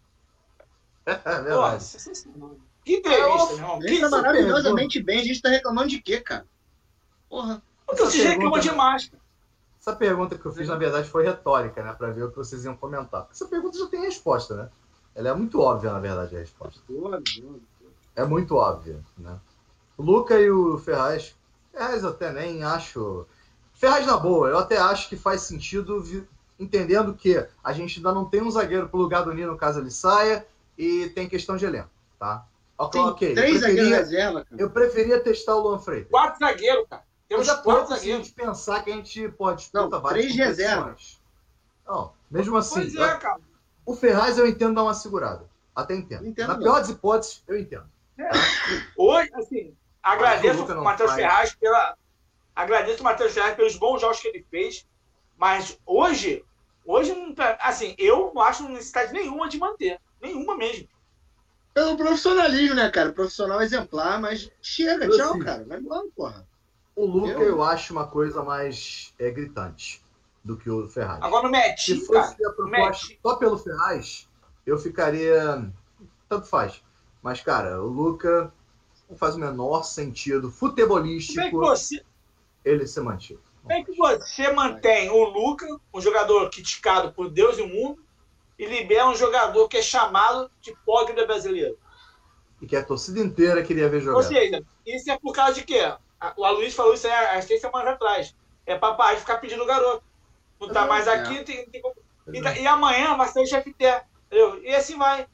É Porra, verdade. sensacional. Que entrevista, meu irmão. Ele Que tá isso? maravilhosamente bem. A gente tá reclamando de quê, cara? Porra. Porque vocês reclamam pergunta- demais, cara. Essa pergunta que eu fiz, na verdade, foi retórica, né? Pra ver o que vocês iam comentar. Essa pergunta já tem resposta, né? Ela é muito óbvia, na verdade, a resposta. Porra, porra. É muito óbvia, né? O Luca e o Ferraz... Ferraz eu até nem acho... Ferraz na boa, eu até acho que faz sentido, vi- entendendo que a gente ainda não tem um zagueiro pro lugar do Nino caso ele saia, e tem questão de elenco, tá? Ok, Tem ok. Eu três zagueiros preferia, reserva, cara. eu preferia testar o Luan Freitas. Quatro zagueiros, cara. Temos Mas é quatro pouco se a zagueiros. gente pensar que a gente pode disputar Não, várias três reservas. competições. Não, mesmo assim, Pois é, cara. o Ferraz eu entendo dar uma segurada. Até entendo. Entendo Na não. pior das hipóteses, eu entendo. Hoje, assim, agradeço Luca o não Matheus faz. Ferraz pela. Agradeço o Matheus Ferraz pelos bons jogos que ele fez. Mas hoje, hoje, não tá- assim, eu não acho necessidade nenhuma de manter. Nenhuma mesmo. Pelo profissionalismo, né, cara? Profissional exemplar, mas chega, Eu tchau, sim. cara. Vai embora, porra. O Luca Eu- eu, acho uma coisa mais é, gritante do que o Ferraz. Agora no Se Metinho, cara. fosse a No proposta Metinho. só pelo Ferraz, eu ficaria. Tanto faz. Mas, cara, o Luca não faz o menor sentido Como é que futebolístico você, ele ser mantido. como é que você mantém o Luca, um jogador criticado por Deus e o mundo, e libera um jogador que é chamado de hipócrita brasileiro? E que a torcida inteira queria ver jogar. Ou seja, isso é por causa de quê? A- O Aloysio falou isso aí há três semanas atrás. É pra parar de ficar pedindo o garoto. Não tá Uhum, mais é. aqui, tem, tem como- e, da- e amanhã vai ser o chefe terra. Entendeu? E assim vai.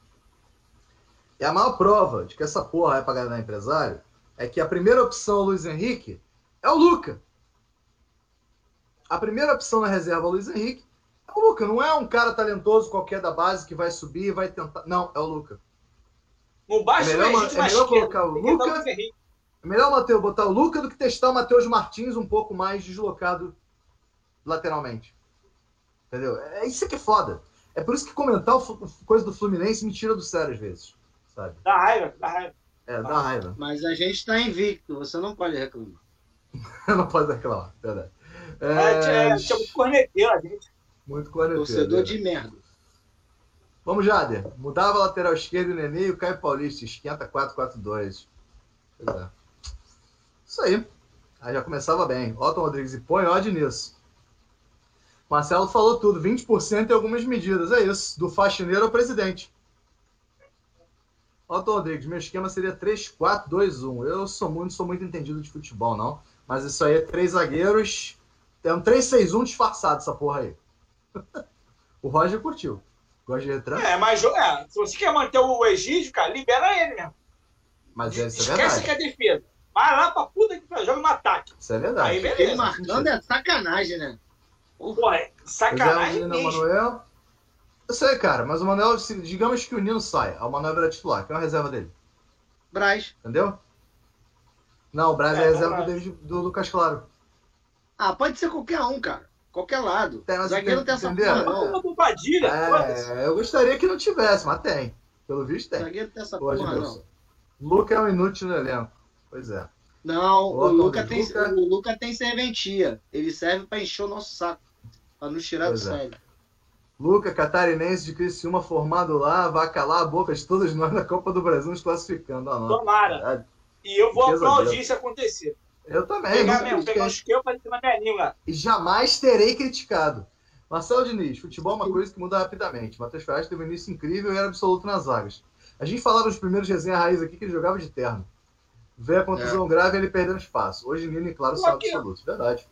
E a maior prova de que essa porra é pra ganhar empresário é que a primeira opção, Luiz Henrique, é o Luca. A primeira opção na reserva, Luiz Henrique, é o Luca. Não é um cara talentoso qualquer da base que vai subir e vai tentar. Não, é o Luca. No baixo É melhor- legítimo é à melhor esquerda, colocar o tem que botar Luca- Luiz Henrique. É melhor Mateus, botar o Luca do que testar o Matheus Martins um pouco mais deslocado lateralmente. Entendeu? É isso que é foda. É por isso que comentar o fu- coisa do Fluminense me tira do sério às vezes. Sabe? Dá raiva, dá raiva. É, dá raiva. Mas a gente tá invicto, você não pode reclamar. Não pode reclamar, verdade. É, é, é muito corneteiro, a gente. muito clareteiro. Torcedor de merda. Vamos, Jader. Mudava a lateral esquerda, o Nenê e o Caio Paulista. Esquenta quatro quatro dois. Pois é. Isso aí. Aí já começava bem. Otton Rodrigues e põe ódio nisso. Marcelo falou tudo. vinte por cento em algumas medidas. É isso. Do faxineiro ao presidente. Otton Rodrigues, meu esquema seria três quatro dois um. Eu sou muito, sou muito entendido de futebol, não. Mas isso aí é três zagueiros. É um três seis um disfarçado, essa porra aí. O Roger curtiu. Gosta de retranca? É, mas é, se você quer manter o Egídio, cara, libera ele mesmo. Mas é, isso é Esquece verdade. que é defesa. Vai lá pra puta que pariu, joga no ataque. Isso é verdade. Aí, Ele beleza. marcando é sacanagem, né? Porra, é Pois é, sacanagem o Nino mesmo. Manuel. Eu sei, cara, mas o Manuel, se- digamos que o Nino sai, o Manuel vira titular, que é uma reserva dele. Braz. Entendeu? Não, o Brasil é, É, reserva tá do, David- do Lucas Claro. Ah, pode ser qualquer um, cara. Qualquer lado. Tem, mas Zagueiro não tem tem- essa entendeu? porra, Uma não. bombadilha, foda-se. É, eu gostaria que não tivesse, mas tem. Pelo visto tem. Zagueiro não tem essa Pô, porra, Edilson. não. Luca é um inútil no elenco. Pois é. Não, O o Otton Luca, Rodrigues. tem, Luca- o Luca tem serventia. Ele serve pra encher o nosso saco. Pra nos tirar Pois do é. sério. Luca, catarinense de Criciúma, formado lá, vai calar a boca de todos nós na Copa do Brasil, nos classificando. Ah, não. Tomara. Verdade. E eu vou Que pesadelo. aplaudir isso acontecer. Eu também. Pegar muito mesmo, pegar um triste. isqueiro pra ter na minha língua. E jamais terei criticado. Marcelo Diniz, futebol é uma coisa que muda rapidamente. Matheus Ferraz teve um início incrível e era absoluto nas zagas. A gente falava nos primeiros resenha raiz aqui que ele jogava de terno. Veio a contusão grave e ele perdeu espaço. Hoje Nino e Claro Pô, são aqui, ó. absolutos. Verdade.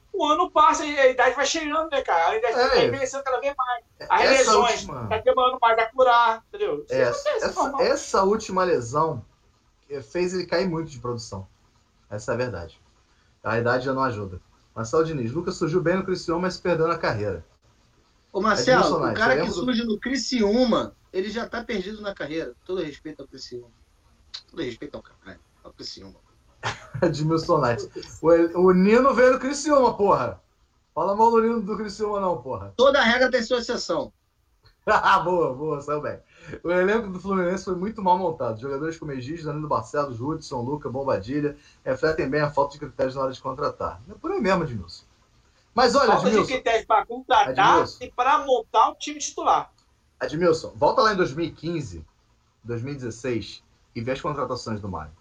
o ano passa e a idade vai chegando, né, cara? A idade É. vai envelhecendo cada vez mais. As Essa lesões, última- tá demorando mais a curar, entendeu? Isso Essa, acontece, essa, normal. essa última lesão fez ele cair muito de produção. Essa é a verdade. A idade já não ajuda. Marcelo Diniz, Lucas surgiu bem no Criciúma, mas se perdeu na carreira. Ô, Marcelo, Edmilson o Knight, cara eu que lembro do- surge no Criciúma, ele já tá perdido na carreira. Todo respeito ao Criciúma. Todo respeito ao caralho. Ao Criciúma. Edmilson Knight. O, o Nino veio do Criciúma, porra. Fala mal do Nino do Criciúma, não, porra. Toda regra tem sua exceção. boa, boa, saiu bem. O elenco do Fluminense foi muito mal montado. Jogadores como Egídio, Danilo Barcelos, Hudson, Luca, Bombadilha refletem bem a falta de critérios na hora de contratar. É por aí mesmo, Edmilson. Mas olha, Falta de Edmilson, critérios para contratar Edmilson. e para montar um time titular. Edmilson, volta lá em dois mil e quinze, dois mil e dezesseis e vê as contratações do Mário.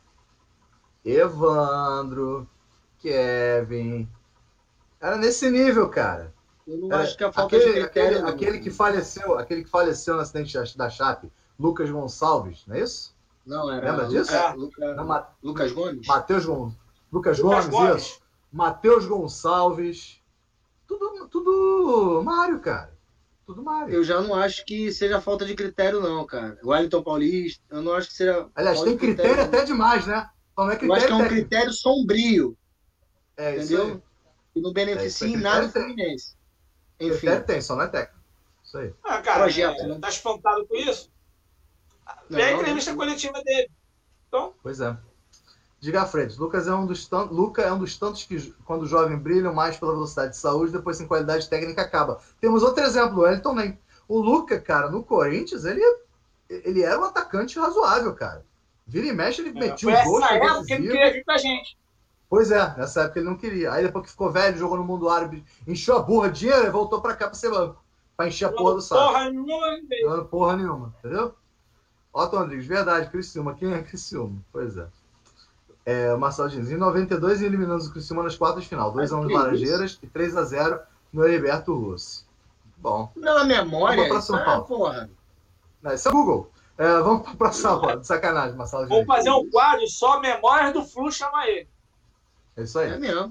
Evandro, Kevin. Era nesse nível, cara. Eu não Era acho que a falta aquele, de critério... aquele, não. aquele que faleceu, aquele que faleceu no acidente da Chape, Lucas Gonçalves, não é isso? Não, era Lembra disso? Luca, É. Luca- Não, Ma- Lucas Gomes? Matheus Gon... Lucas, Lucas Gomes, Gomes. isso. Matheus Gonçalves. Tudo, tudo Mário, cara. Tudo Mário. Eu já não acho que seja falta de critério, não, cara. O Wellington Paulista, eu não acho que seja. Aliás, falta tem de critério não. até demais, né? Só não é Eu critério acho que é um técnico. critério sombrio, É isso entendeu? aí. E não É, beneficia isso aí, em nada o critério Fluminense. Enfim, Critério tem, só não é técnico. Isso aí. Ah, cara, Projeto, é, né? tá espantado com isso? Não, Vê a não, entrevista não. coletiva dele. Então, Pois é. Diga a Fred, Lucas é um dos tantos, Luca é um dos tantos que, quando jovem, brilham mais pela velocidade de saúde, depois sem qualidade técnica acaba. Temos outro exemplo, o Elton nem. O Luca, cara, no Corinthians, ele, ele era um atacante razoável, cara. Vira e mexe, ele metia foi os gols. essa foi época que ele decisivo. queria vir pra gente. Pois é, nessa época ele não queria. Aí depois que ficou velho, jogou no mundo árabe, encheu a burra de dinheiro e voltou pra cá pra ser banco. Pra encher a porra do saco. Porra nenhuma. Não porra nenhuma, entendeu? Otto Rodrigues, verdade, Criciúma. Quem é Criciúma? Pois é. É, o Marcelo Diniz, em noventa e dois, eliminamos o Criciúma nas quartas de final. dois a um no que Laranjeiras e três a zero no Heriberto Russo. Bom. na memória, Vamos pra isso São é, Paulo. porra. Não, esse é o Google. É, vamos pra São Paulo. De sacanagem, Marcelo Diniz. Vamos fazer um quadro só Memórias do Flu, chama ele. É isso aí. É mesmo.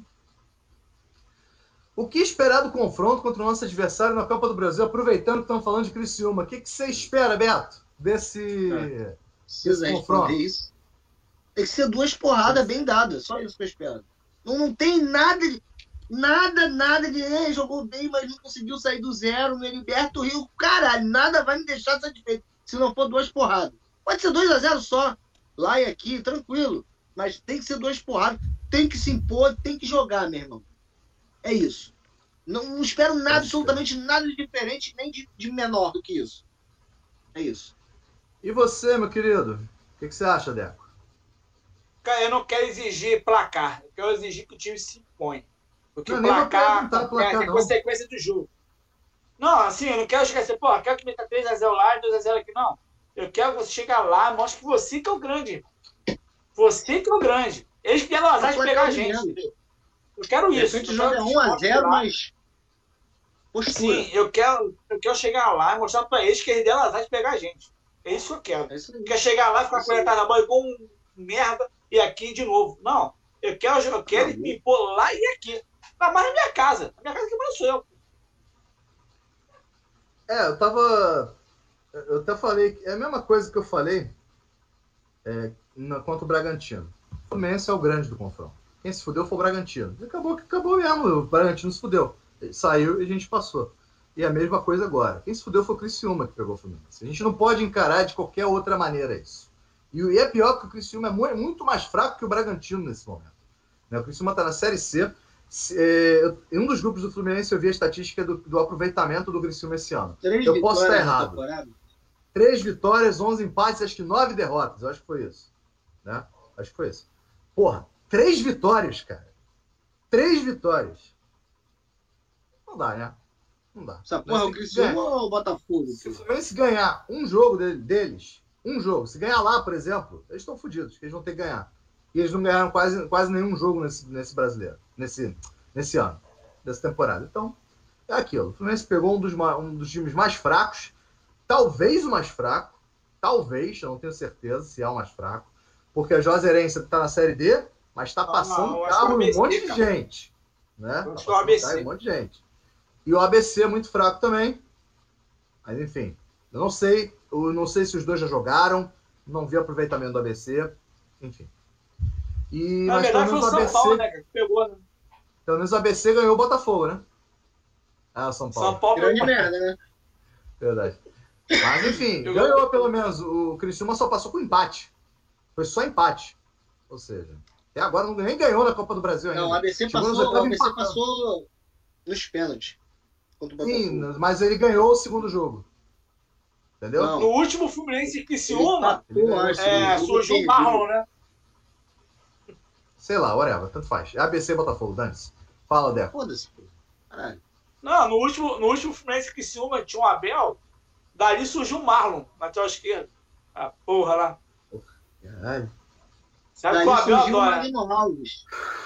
O que esperar do confronto contra o nosso adversário na Copa do Brasil, aproveitando que estamos falando de Criciúma? O que, que você espera, Beto, desse... É. Precisa Esse responder confronto. isso. Tem que ser duas porradas bem dadas. Só isso que eu espero. Não, não tem nada de. Nada, nada de. "Ei, jogou bem, mas não conseguiu sair do zero. No Heriberto Rio. Caralho, nada vai me deixar satisfeito. Se não for duas porradas. Pode ser dois a zero só. Lá e aqui, tranquilo. Mas tem que ser duas porradas. Tem que se impor, tem que jogar, meu irmão. É isso. Não, não espero nada, absolutamente nada de diferente, nem de, de menor do que isso. É isso. E você, meu querido? O que, que você acha, Deco? Cara, eu não quero exigir placar. Eu quero exigir que o time se impõe. Porque Não, o nem vou placar, perguntar é, placar, é não. consequência do jogo. Não, assim, eu não quero chegar assim, pô, quero que meta três a zero lá e dois a zero aqui, não. Eu quero que você chegue lá e mostre que você que é o grande. Você que é o grande. Eles que deram azar de pegar a gente. entendeu? Eu quero De isso. repente eu joga quero que um a mostre zero, lá. mas. Postura. Sim, eu quero, eu quero chegar lá e mostrar pra eles que eles deram azar de pegar a gente. É isso que eu quero. É isso aí. Não quer chegar lá e ficar Isso com ele aí. atrás da bola igual um merda e aqui de novo. Não. Eu quero, eu quero Não. me pôr lá e aqui. Tá mais na minha casa. A minha casa que mais sou eu. É, eu tava... Eu até falei... É a mesma coisa que eu falei é, na, contra o Bragantino. O Fluminense é o grande do confronto. Quem se fudeu foi o Bragantino. E acabou que acabou mesmo. O Bragantino se fudeu. Ele saiu e a gente passou. E a mesma coisa agora. Quem se fudeu foi o Criciúma que pegou o Fluminense. A gente não pode encarar de qualquer outra maneira isso. E, e é pior que o Criciúma é muito, muito mais fraco que o Bragantino nesse momento. Né? O Criciúma está na Série C. Se, é, eu, em um dos grupos do Fluminense eu vi a estatística do, do aproveitamento do Criciúma esse ano. Três Eu posso vitórias estar na errado. temporada. Três vitórias, onze empates, acho que nove derrotas. Eu acho que foi isso. Né? Acho que foi isso. Porra, três vitórias, cara. Três vitórias. Não dá, né? Não dá. Essa porra é o Mas se Criciúma ganha- ou o Botafogo? Se o Fluminense ganhar um jogo dele- deles, um jogo, se ganhar lá, por exemplo, eles estão fodidos, eles vão ter que ganhar. E eles não ganharam quase, quase nenhum jogo nesse, nesse brasileiro, nesse, nesse ano, dessa temporada. Então, é aquilo. O Fluminense pegou um dos, ma- um dos times mais fracos, talvez o mais fraco, talvez, eu não tenho certeza se é o mais fraco, porque a Juazeirense está na Série D, mas está Não, passando não, eu acho carro que em vai um monte vencer, de cara. gente. Né? Acho que é o A B C. Um monte de gente. E o A B C é muito fraco também. Mas enfim, eu não sei. Eu não sei se os dois já jogaram. Não vi aproveitamento do A B C. Enfim. E, Na mas verdade foi pelo o menos São o A B C, Paulo, né, que pegou, né? Pelo menos o A B C ganhou o Botafogo, né? Ah, São Paulo. São Paulo Grande merda, né? Verdade. Mas enfim, Eu- ganhou pelo menos. O Criciúma só passou com empate. Foi só empate. Ou seja, até agora não, nem ganhou na Copa do Brasil ainda. Não, o A B C Chegou nos passou, o oitavos A B C empatando. passou nos pênaltis contra o Botafogo. Sim, mas ele ganhou o segundo jogo. Entendeu? Não. No último Fluminense e Criciúma, Ele ganhou, eu acho. é, Ele surgiu o perdeu. Marlon, né? Sei lá, whatever, tanto faz. É A B C Botafogo, dane-se. Fala, Deco. Foda-se, pô. Caralho. Não, no último, no último Fluminense e Criciúma tinha um Abel, dali surgiu o Marlon, lateral esquerdo. A porra lá. Caralho. Sabe Daí que o Abel surgiu o adora. Magno Alves.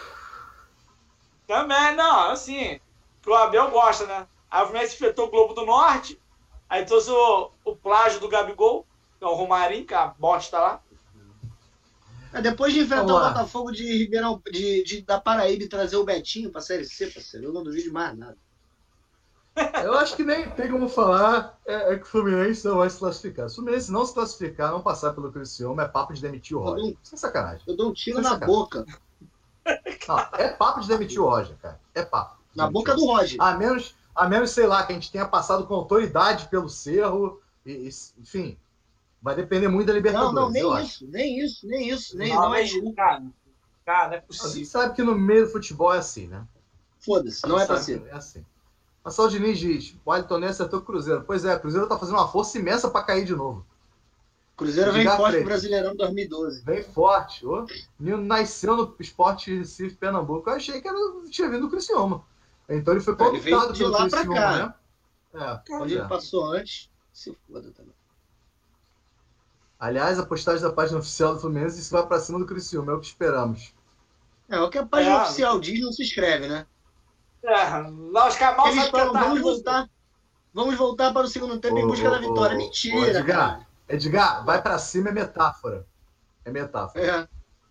Também, não, assim, que o Abel gosta, né? Aí o Fluminense enfrentou o Globo do Norte, aí trouxe o, o plágio do Gabigol, que é o Romarinho, que é a bosta lá. É, depois de enfrentar Vamos o lá. Botafogo de Ribeirão, de, de, da Paraíba e trazer o Betinho pra Série C, parceiro, eu não duvido mais nada. Eu acho que nem tem como falar é, é que o Fluminense não vai se classificar. Se o Fluminense não se classificar, não passar pelo Criciúma, é papo de demitir o Roger. Sem sacanagem. Eu dou um tiro Sem na sacanagem. boca. Não, é papo de demitir o Roger, cara. É papo. de Na demitir boca o do Roger. A menos, a menos, sei lá, que a gente tenha passado com autoridade pelo Cerro. E, e, enfim, vai depender muito da Não, Libertadores. não, nem eu acho. isso, nem isso, nem isso, nem não, não é mas, isso. cara, cara, não é A gente possível. sabe que no meio do futebol é assim, né? Foda-se, não é pra Sabe ser. que É assim. Marcelo Diniz diz: o Wellington Ney acertou o Cruzeiro. Pois é, o Cruzeiro tá fazendo uma força imensa pra cair de novo. Cruzeiro vem Edgar forte Freire. pro Brasileirão dois mil e doze. Bem forte. O menino nasceu no Esporte Recife, Pernambuco. Eu achei que era, tinha vindo do Criciúma. Então ele foi Ele veio convidado de pelo lá pra Criciúma, cá. né? É, pois Onde é. ele passou antes, se foda também. Aliás, a postagem da página oficial do Fluminense isso vai pra cima do Criciúma, é o que esperamos. É, o que a página É. oficial diz não se escreve, né? É, lá os caras mal Eles sabem falam, cantar vamos música. voltar, vamos voltar para o segundo tempo em Ô, busca ô, da vitória. ô, ô, Mentira, Edgar, cara. Edgar, vai pra cima é metáfora. É metáfora. É.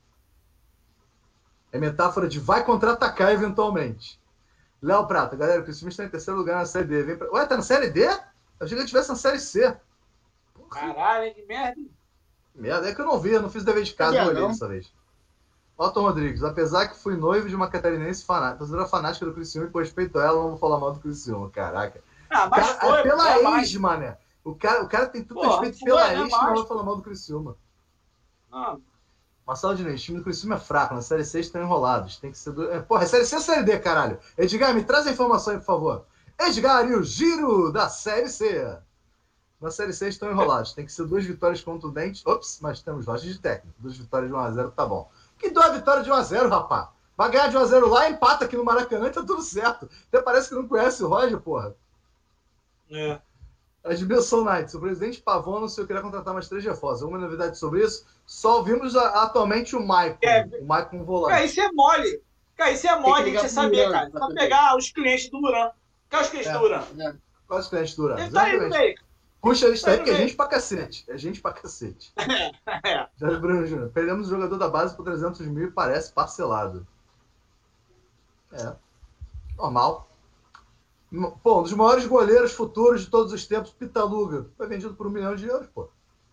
É metáfora de vai contra-atacar eventualmente. Léo Prata, galera, o Criciúma está em terceiro lugar na Série D. Vem pra... Ué, tá na Série D? Eu achei que ele estivesse na Série C. Caralho, hein, que merda. Merda, é que eu não vi, eu não fiz o dever de casa, Sabia não olhei não. dessa vez. Otton Rodrigues, apesar que fui noivo de uma catarinense fanática, torcedora fanática do Criciúma e por respeito a ela, não vou falar mal do Criciúma, caraca. Ah, O mas cara, foi, é pela é ex, mais. mané. O cara, o cara tem tudo Pô, respeito foi, pela é ex, que não mais. vai falar mal do Criciúma. Ah, Marcelo Diniz, o time do Criciúma é fraco, na Série C estão enrolados. Tem que ser do... é, porra, é Série C ou Série D, caralho? Edgar, me traz a informação aí, por favor. Edgar e o giro da Série C. Na Série C estão enrolados. Tem que ser duas vitórias contundentes. Ops, mas temos loja de técnico. Duas vitórias de um a zero, tá bom. Que duas vitórias de um a zero, rapá? Vai ganhar de um a zero lá, empata aqui no Maracanã e tá tudo certo. Até parece que não conhece o Roger, porra. é. Admilson Knights, o presidente Pavão anunciou que irá contratar mais três reforços. Alguma novidade sobre isso? Só ouvimos a- atualmente o Maicon. É. O Maicon volante. Cara, isso é mole. Cara, isso é Tem mole, que ligar você pro saber, Duran, cara. pra Só saber. pegar os clientes do Duran. Qual é os clientes É. do Duran? É. Quais os clientes do Duran? Ele tá aí no Exatamente. meio. Puxa a lista aí, Tá porque é no meio. gente pra cacete. É gente pra cacete. É. Jorge Bruno Júnior. Perdemos o jogador da base por trezentos mil e parece parcelado. É. Normal. Pô, um dos maiores goleiros futuros de todos os tempos, Pitaluga. Foi vendido por um milhão de euros, pô.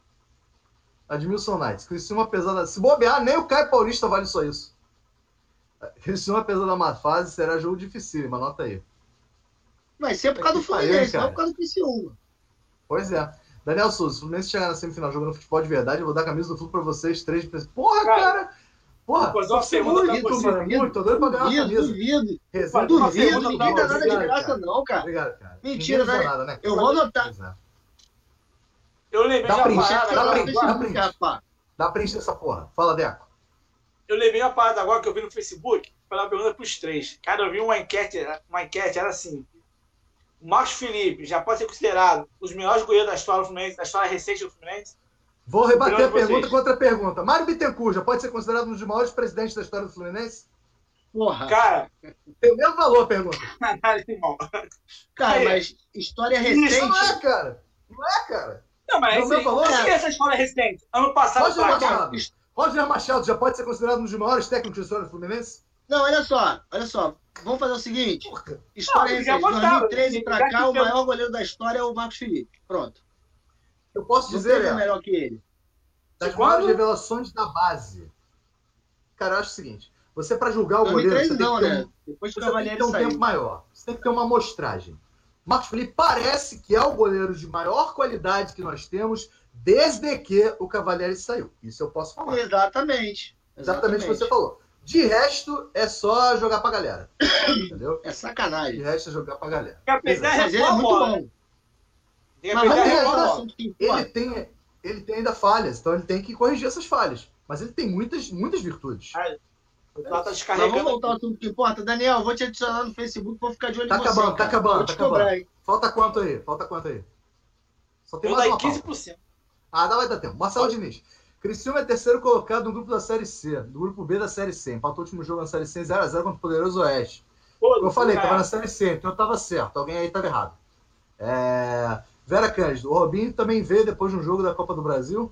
Admilson Knights. Criciúma, apesar da... Se bobear, nem o Caio Paulista vale só isso. Criciúma, apesar da má fase, será jogo difícil. Mas anota aí. Vai ser por causa do Que pariu, Fluminense, cara. não por causa do Criciúma. Pois é. Daniel Souza, se o Fluminense chegar na semifinal jogando futebol de verdade, eu vou dar a camisa do Flu pra vocês três. de presente. Porra, Cara, cara! Porra, vou fazer uma tô sem pergunta pra muito, você. mano. Muito, tô doido pra ganhar uma Duvido, camisa. duvido. Resenha, Duvido, pergunta duvido, pra Ninguém dá nada de você, graça, cara. não, cara. Obrigado, cara. Mentira, Ninguém usou né? nada, né? Eu vou anotar. Pois é. Eu lembrei Dá de uma print, parada dá agora. print, dá agora. print. Rapaz. Dá print dessa porra. Fala, Deco. Eu lembrei uma parada agora que eu vi no Facebook. Foi uma pergunta pros três. Cara, eu vi uma enquete, uma enquete, era assim. O Marcos Felipe já pode ser considerado os melhores goleiros da história do Fluminense, da história recente do Fluminense? Vou rebater a Obrigado a pergunta vocês. com outra pergunta. Mário Bittencourt já pode ser considerado um dos maiores presidentes da história do Fluminense? Porra. Cara, Tem o mesmo valor a pergunta. caralho, irmão. Cara, É. mas história Não recente. é, cara. Não é, cara. Não, mas Não, assim, meu valor o que é- é essa história recente? Ano passado Roger pra cá. Machado. Roger Machado já pode ser considerado um dos maiores técnicos da história do Fluminense? Não, olha só, olha só. Vamos fazer o seguinte. História Não, recente. já dois mil e botaram, treze pra já cá, que o tem- maior goleiro da história é o Marcos Felipe. Pronto. Eu posso Não dizer, tem é, melhor que ele. das De maiores quando? revelações da base. Cara, eu acho o seguinte, você para julgar o goleiro, você dois mil e treze tem não, que ter né? um, Depois que o você tem que Cavalieri ter um saiu. tempo maior. Você tem que ter uma amostragem. Marcos Felipe parece que é o goleiro de maior qualidade que nós temos desde que o Cavalieri saiu. Isso eu posso falar. Exatamente. Exatamente o que você falou. De resto, é só jogar pra galera. Entendeu? É De sacanagem. resto, é jogar pra galera. Tem que aprender a Exato. Mas ele é recuar a muito bola, né? bom. Tem que Mas aprender a vamos é, recuar a voltar ao bola. assunto que Ele importa. tem, ele tem ainda falhas, então ele tem que corrigir essas falhas. Mas ele tem muitas, muitas virtudes. Ah, O cara tá Mas descarregando. vamos voltar ao assunto que importa. Daniel, vou te adicionar no Facebook, vou ficar de olho Tá em você. acabando, tá cara. acabando, Vou tá te cobrar, acabando. hein? Falta quanto aí? Falta quanto aí? Só tem Eu mais dei uma quinze pauta. por cento. Ah, dá, vai dar tempo. Marcelo Diniz. Criciúma é terceiro colocado no grupo da Série C, do grupo B da Série C. Empatou o último jogo na Série C zero a zero contra o Poderoso Oeste. Como eu falei, tava na Série C, então eu tava certo. Alguém aí tava errado. É... Vera Cândido. O Robinho também veio depois de um jogo da Copa do Brasil.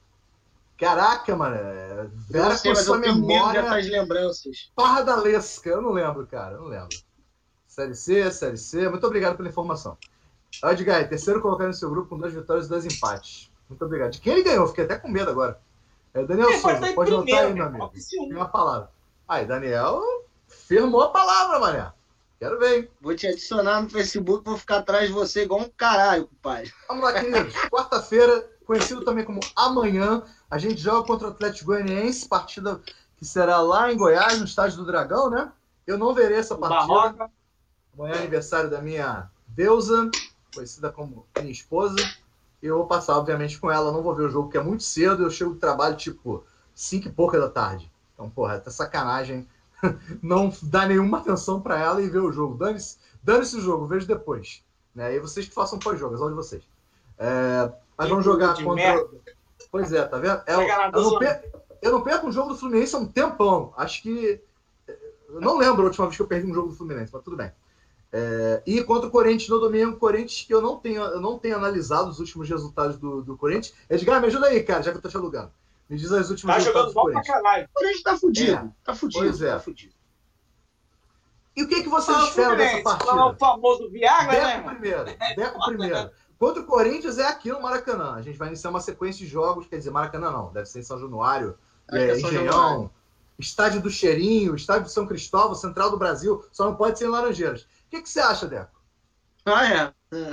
Caraca, mano. Eu Vera não sei, com mas sua eu tenho medo memória dessas lembranças. pardalesca. Eu não lembro, cara. Eu não lembro. Série C, Série C. Muito obrigado pela informação. Edgar, terceiro colocado no seu grupo com duas vitórias e dois empates. Muito obrigado. De quem ele ganhou? Fiquei até com medo agora. É Daniel Ele pode Souza, estar em pode anotar primeiro, aí, meu né? amigo. Oficial. Tem uma palavra. Aí, Daniel firmou a palavra, mané. Quero ver, hein? Vou te adicionar no Facebook, vou ficar atrás de você igual um caralho, pai. Vamos lá, queridos. Quarta-feira, conhecido também como amanhã, a gente joga contra o Atlético Goianiense, partida que será lá em Goiás, no estádio do Dragão, né? Eu não verei essa partida. Barroca. Amanhã é aniversário da minha deusa, conhecida como minha esposa. Eu vou passar, obviamente, com ela. Não vou ver o jogo, que é muito cedo. Eu chego do trabalho, tipo, cinco e pouca da tarde. Então, porra, é sacanagem não dar nenhuma atenção pra ela e ver o jogo. Dane-se dane-se o jogo, vejo depois. Né? E vocês que façam pós-jogo, é só de vocês. É, mas vamos jogar de contra... merda. Pois é, tá vendo? É, Vai eu, ganhar eu, duas não perco, eu não perco um jogo do Fluminense há um tempão. Acho que... Eu não lembro a última vez que eu perdi um jogo do Fluminense, mas tudo bem. É, e contra o Corinthians no domingo, Corinthians que eu não tenho, eu não tenho analisado os últimos resultados do, do Corinthians. Edgar, me ajuda aí, cara, já que eu tô te alugando. Me diz os últimos Tá resultados jogando do mal pra Corinthians. caralho. O Corinthians tá fudido. É. Tá fudido. Pois é. Tá fudido. E o que, que vocês Fala, esperam dessa Fluminense, fala partida? o famoso Viagra, né, Deco irmão? primeiro. Deco primeiro. Contra o Corinthians é aqui no Maracanã. A gente vai iniciar uma sequência de jogos, quer dizer, Maracanã não, deve ser em São Januário, Acho que é, é São Engenhão, Januário. Estádio do Cheirinho, Estádio do São Cristóvão, Central do Brasil, só não pode ser em Laranjeiras. O que, que você acha, Deco? Ah, é.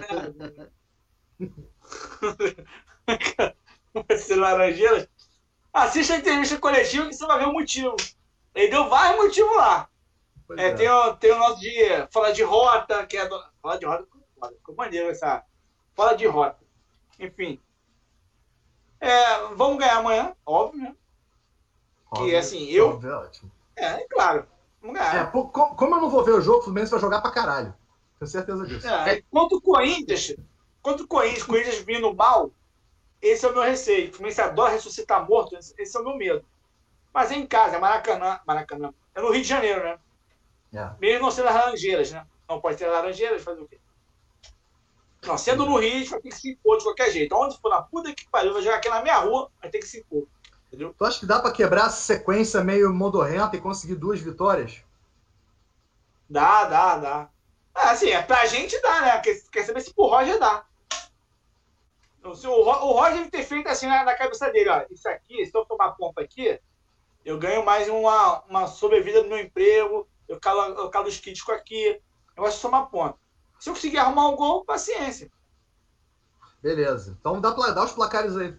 Vai ser Laranjeiras. Assista a entrevista coletiva que você vai ver o motivo. Ele deu vários motivos lá. Pois É, tem, o, tem o nosso de falar de rota, que é do... Fala de rota, ficou maneiro essa. Fala de rota. Enfim. É, vamos ganhar amanhã, óbvio, né? Óbvio, assim, eu- óbvio, é ótimo. É, é claro. Vamos ganhar. É, pô, co- como eu não vou ver o jogo, o Fluminense vai jogar pra caralho. Tenho certeza disso. É, contra o Corinthians, contra o Corinthians, Corinthians vindo mal, esse é o meu receio. O Fluminense adora ressuscitar morto, esse é o meu medo. Mas é em casa, é Maracanã, Maracanã. É no Rio de Janeiro, né? É. Mesmo não sendo as Laranjeiras, né? Não pode ser Laranjeiras, fazer o quê? Não, sendo no Rio, a gente vai ter que se impor de qualquer jeito. Onde for na puta que pariu, vai jogar aqui na minha rua, vai ter que se impor. Entendeu? Tu acha que dá pra quebrar essa sequência meio modorrenta e conseguir duas vitórias? Dá, dá, dá. É, assim, é pra gente dá, né? Quer, quer saber se pro Roger dá. Então, se o, Ro- o Roger deve ter feito assim na, na cabeça dele, ó. Isso aqui, se eu tomar pompa aqui, eu ganho mais uma, uma sobrevida no meu emprego, eu calo, eu calo os críticos aqui, eu gosto de tomar ponto. Se eu conseguir arrumar um gol, paciência. Beleza. Então dá, pra, dá os placares aí.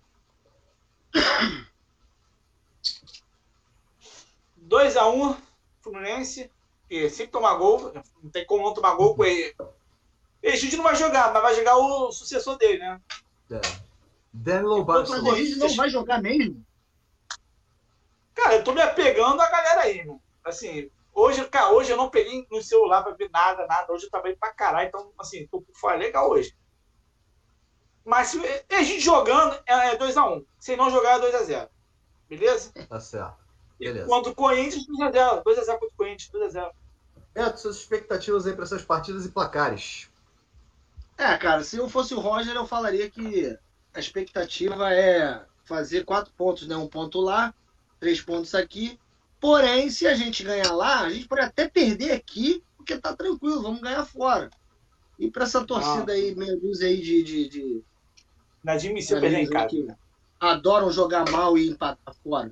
dois a um, Fluminense. E sempre tomar gol, não tem como não tomar gol com ele. Egídio não vai jogar, mas vai jogar o sucessor dele, né? É. Danilo Enquanto Mas Barça. o Egídio não vai jogar mesmo? Cara, eu tô me apegando à galera aí, irmão. Assim, hoje, cara, hoje eu não peguei no celular pra ver nada, nada. Hoje eu trabalhei pra caralho, então, assim, tô por fora. Legal hoje. Mas se a gente jogando, é dois a um. Se não jogar, é dois a zero. Beleza? Tá certo. Beleza. Contra o Corinthians, dois a zero. dois a zero contra o Corinthians, dois a zero. Beto, suas expectativas aí para essas partidas e placares. É, cara, se eu fosse o Roger, eu falaria que a expectativa é fazer quatro pontos, né? Um ponto lá, três pontos aqui Porém, se a gente ganhar lá, a gente pode até perder aqui, porque tá tranquilo, vamos ganhar fora. E para essa torcida Ah. aí, meia dúzia aí de, de, de Inadmissível meia perder em dúzia aí casa. que adoram jogar mal e empatar fora.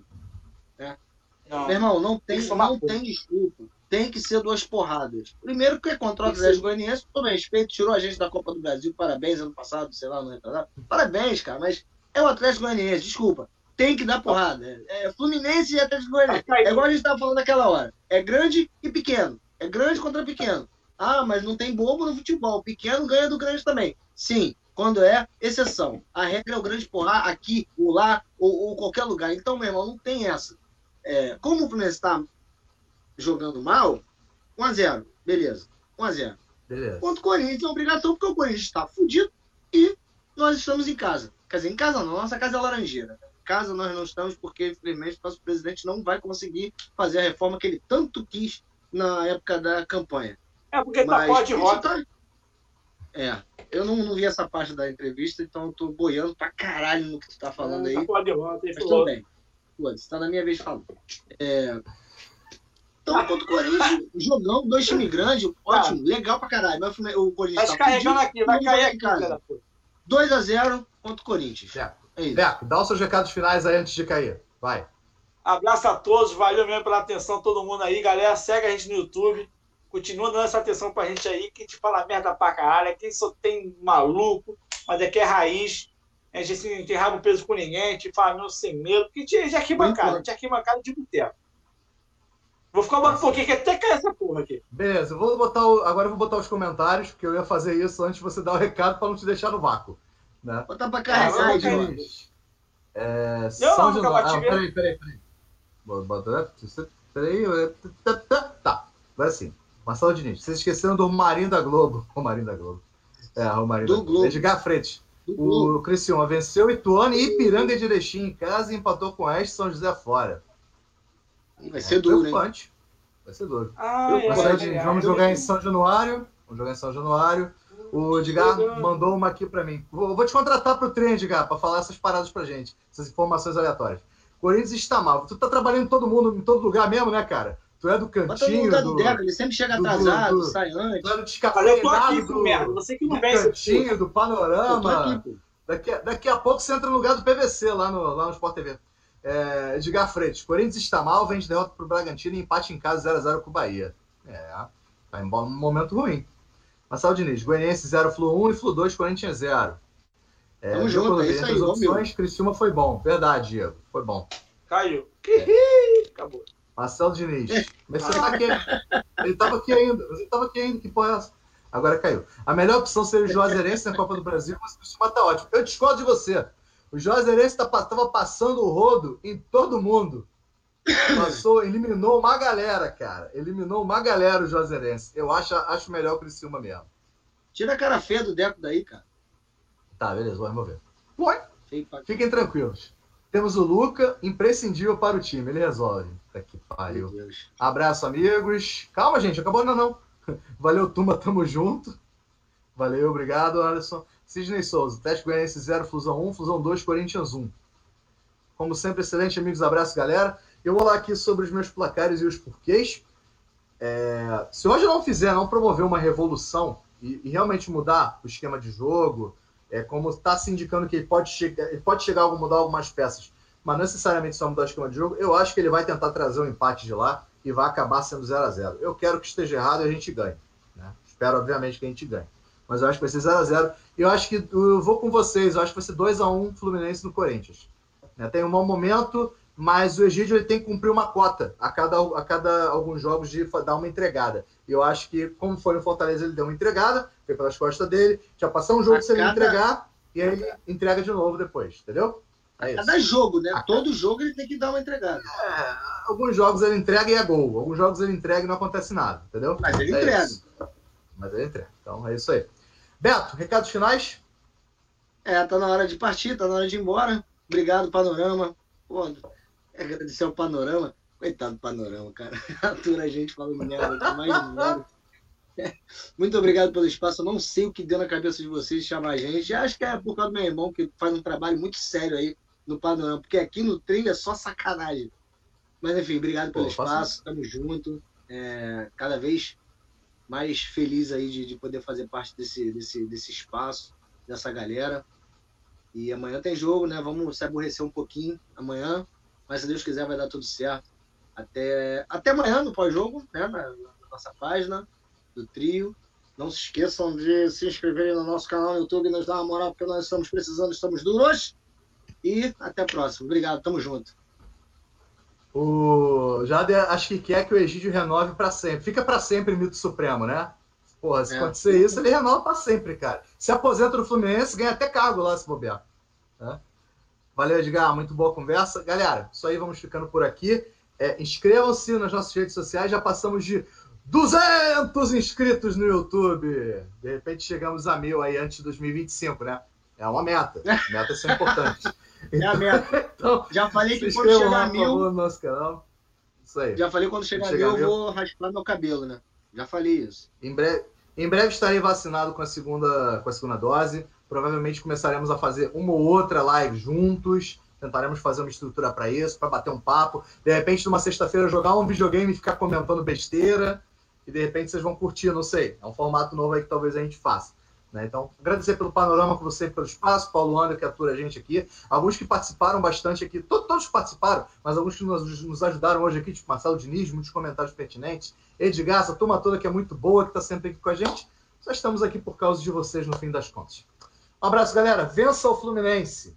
Não. Meu irmão, não tem, Tem que somar não ponto. tem desculpa. Tem que ser duas porradas. Primeiro que é contra o Tem que Atlético ser. Goianiense, com todo respeito, tirou a gente da Copa do Brasil, parabéns, ano passado, sei lá, não é verdade? Parabéns, cara, mas é o Atlético Goianiense, desculpa. Tem que dar porrada. É Fluminense e Atlético Goianiense. É igual a gente estava falando naquela hora. É grande e pequeno. É grande contra pequeno. Ah, mas não tem bobo no futebol. Pequeno ganha do grande também. Sim, quando é exceção. A regra é o grande porrar aqui, ou lá, ou, ou qualquer lugar. Então, meu irmão, não tem essa. É, como o Fluminense está jogando mal, um a zero, beleza, um a zero. Beleza. Contra o Corinthians é obrigação, porque o Corinthians está fudido e nós estamos em casa. Quer dizer, em casa não, nossa casa é laranjeira. Em casa nós não estamos porque, infelizmente, nosso presidente não vai conseguir fazer a reforma que ele tanto quis na época da campanha. É porque tá Mas fora de isso rota. tá- É, eu não, não vi essa parte da entrevista, então eu tô boiando pra caralho no que tu tá falando aí. Tá fora de rota. Ele Mas falou. tudo bem. Foda-se, tá na minha vez de falar. É... Então, contra o Corinthians, jogão, dois times grandes, ótimo, legal pra caralho. Mas o Fluminense- o Corinthians Tá tá descarregando fudido, aqui, vai vamos cair jogar aqui, em casa. filha da puta. dois a zero contra o Corinthians. Beco, É isso. Beco, dá os seus recados finais aí antes de cair. Vai. Abraço a todos, valeu mesmo pela atenção, todo mundo aí, galera. Segue a gente no YouTube. Continua dando essa atenção pra gente aí, que a gente fala merda pra caralho. Aqui só tem maluco, mas aqui é raiz. A gente não tem rabo preso com ninguém, a gente fala mesmo sem medo. Porque a gente é de arquibancada, a gente é arquibancada de boteco. Vou ficar um pouquinho que até cair essa porra aqui. Beleza, eu vou botar o- agora eu vou botar os comentários, porque eu ia fazer isso antes de você dar o recado para não te deixar no vácuo. Né? Botar pra Ah, carregar, vamos idiota. cair. É, Eu São não, nunca Januário. bati Ah, mesmo. peraí, peraí, peraí. Bota- bota- Peraí. Tá, tá, tá. Agora sim. Marcelo Diniz. Vocês esqueceram do Marinho da Globo. O Marinho da Globo. É, o Marinho Do da Globo. Globo. Edgar Freitas. Do Globo. O Criciúma venceu Ituano e Ipiranga de Erechim em casa e empatou com Oeste e São José fora. Vai ser duro, hein? Preocupante. Vai ser duro. Ah, Eu- é, Marcelo é, Diniz, é, vamos é. jogar em São Januário. Vamos jogar em São Januário. O Edgar mandou uma aqui pra mim. Vou, vou te contratar pro trem, Edgar, pra falar essas paradas pra gente. Essas informações aleatórias. Corinthians está mal. Tu tá trabalhando em todo mundo, em todo lugar mesmo, né, cara? Tu é do Bota no cantinho, lugar do, do Deco, ele sempre chega do- atrasado, do- sai tu antes. é do Olha, eu tô descafeinado, aqui, do, merda. Você que não do vem, seu cantinho, do Eu tô panorama. aqui, pô. Daqui, a- daqui a pouco você entra no lugar do P V C lá no, lá no Sport T V. É, Edgar Freitas. Corinthians está mal, vem de derrota pro Bragantino e empate em casa zero a zero com o Bahia. É, tá em bom- um momento ruim. Marcelo Diniz. Goianiense zero, Flu um e Flu dois, Corinthians zero. É, Tamo jogo junto, é entre isso as aí, ô, opções, Criciúma foi bom. Verdade, Diego. Foi bom. Caiu. Acabou. Marcelo Diniz. Mas você tá aqui. Ele tava aqui ainda. Você tava aqui ainda. Que porra é essa? Agora caiu. A melhor opção seria o Juazeirense na Copa do Brasil, mas o Criciúma tá ótimo. Eu discordo de você. O Juazeirense tá, tava passando o rodo em todo mundo. Passou, eliminou uma galera, cara. Eliminou uma galera o Juazeirense. Eu acho, acho melhor o Criciúma mesmo. Tira a cara feia do Deco daí, cara. Tá, beleza, vamos ver. Foi. Feio pra Fiquem tranquilos. Temos o Luca, imprescindível para o time. Ele resolve. Tá que Meu pariu. Deus. Abraço, amigos. Calma, gente, acabou ainda não. Valeu, turma, tamo junto. Valeu, obrigado, Alisson. Sidney Souza, Atlético Goianiense zero, Fusão um, Fusão dois, Corinthians um. Como sempre, excelente, amigos. Abraço, galera. Eu vou lá aqui sobre os meus placares e os porquês. É, se hoje eu não fizer, não promover uma revolução e, e realmente mudar o esquema de jogo, é, como está se indicando que ele pode, chegar, ele pode chegar a mudar algumas peças, mas não necessariamente só mudar o esquema de jogo, eu acho que ele vai tentar trazer um empate de lá e vai acabar sendo zero a zero. Eu quero que esteja errado e a gente ganhe. Né? Espero, obviamente, que a gente ganhe. Mas eu acho que vai ser zero a zero. E eu acho que eu vou com vocês. Eu acho que vai ser dois a um Fluminense no Corinthians. Né? Tem um bom momento, mas o Egídio ele tem que cumprir uma cota a cada, a cada alguns jogos de dar uma entregada. E eu acho que, como foi no Fortaleza, ele deu uma entregada, foi pelas costas dele, já passou um jogo A sem ele cada- entregar, e aí ele entrega de novo depois, entendeu? É isso. Cada jogo, né? Todo jogo ele tem que dar uma entregada. É, alguns jogos ele entrega e é gol. Alguns jogos ele entrega e não acontece nada, entendeu? Mas ele É entrega. isso. Mas ele entrega. Então é isso aí. Beto, recados finais? É, tá na hora de partir, tá na hora de ir embora. Obrigado, Panorama. Pô, agradecer ao Panorama. Coitado do Panorama, cara. Atura a gente falando merda aqui, mais merda. Muito obrigado pelo espaço. Eu não sei o que deu na cabeça de vocês de chamar a gente. Acho que é por causa do meu irmão, que faz um trabalho muito sério aí no Panorama. Porque aqui no trilho é só sacanagem. Mas enfim, obrigado pelo Pô, espaço, tamo junto. É, cada vez mais feliz aí de, de poder fazer parte desse, desse, desse espaço, dessa galera. E amanhã tem jogo, né? Vamos se aborrecer um pouquinho amanhã, mas se Deus quiser vai dar tudo certo. Até, até amanhã no pós-jogo, né? Na, na nossa página do Trio. Não se esqueçam de se inscreverem no nosso canal no YouTube e nos dar uma moral, porque nós estamos precisando, estamos duros. E até a próxima. Obrigado, tamo junto. O Jader acho que quer que o Egídio renove para sempre. Fica para sempre mito supremo, né? Porra, se É. acontecer isso, ele renova para sempre, cara. Se aposenta no Fluminense, ganha até cargo lá, se bobear. Né? Valeu, Edgar. Muito boa conversa. Galera, isso aí, vamos ficando por aqui. É, inscrevam-se nas nossas redes sociais. Já passamos de duzentos inscritos no YouTube. De repente chegamos a mil aí antes de dois mil e vinte e cinco, né? É uma meta. Metas são importantes. É a meta. Então, Já falei que se quando inscrevam chegar lá, a por favor, mil. no nosso canal. Isso aí. Já falei quando chegar a Quando mil, chegar eu a mil. vou raspar meu cabelo, né? Já falei isso. Em breve, em breve estarei vacinado com a segunda, com a segunda dose. Provavelmente começaremos a fazer uma ou outra live juntos. Tentaremos fazer uma estrutura para isso, para bater um papo. De repente, numa sexta-feira, jogar um videogame e ficar comentando besteira. E de repente vocês vão curtir, não sei. É um formato novo aí que talvez a gente faça. Né? Então, agradecer pelo panorama, como sempre, pelo espaço. Paulo André, que atura a gente aqui. Alguns que participaram bastante aqui. Todos, todos participaram, mas alguns que nos, nos ajudaram hoje aqui, tipo Marcelo Diniz, muitos comentários pertinentes. Edgar, essa turma toda que é muito boa, que está sempre aqui com a gente. Só estamos aqui por causa de vocês, no fim das contas. Um abraço, galera. Vença o Fluminense.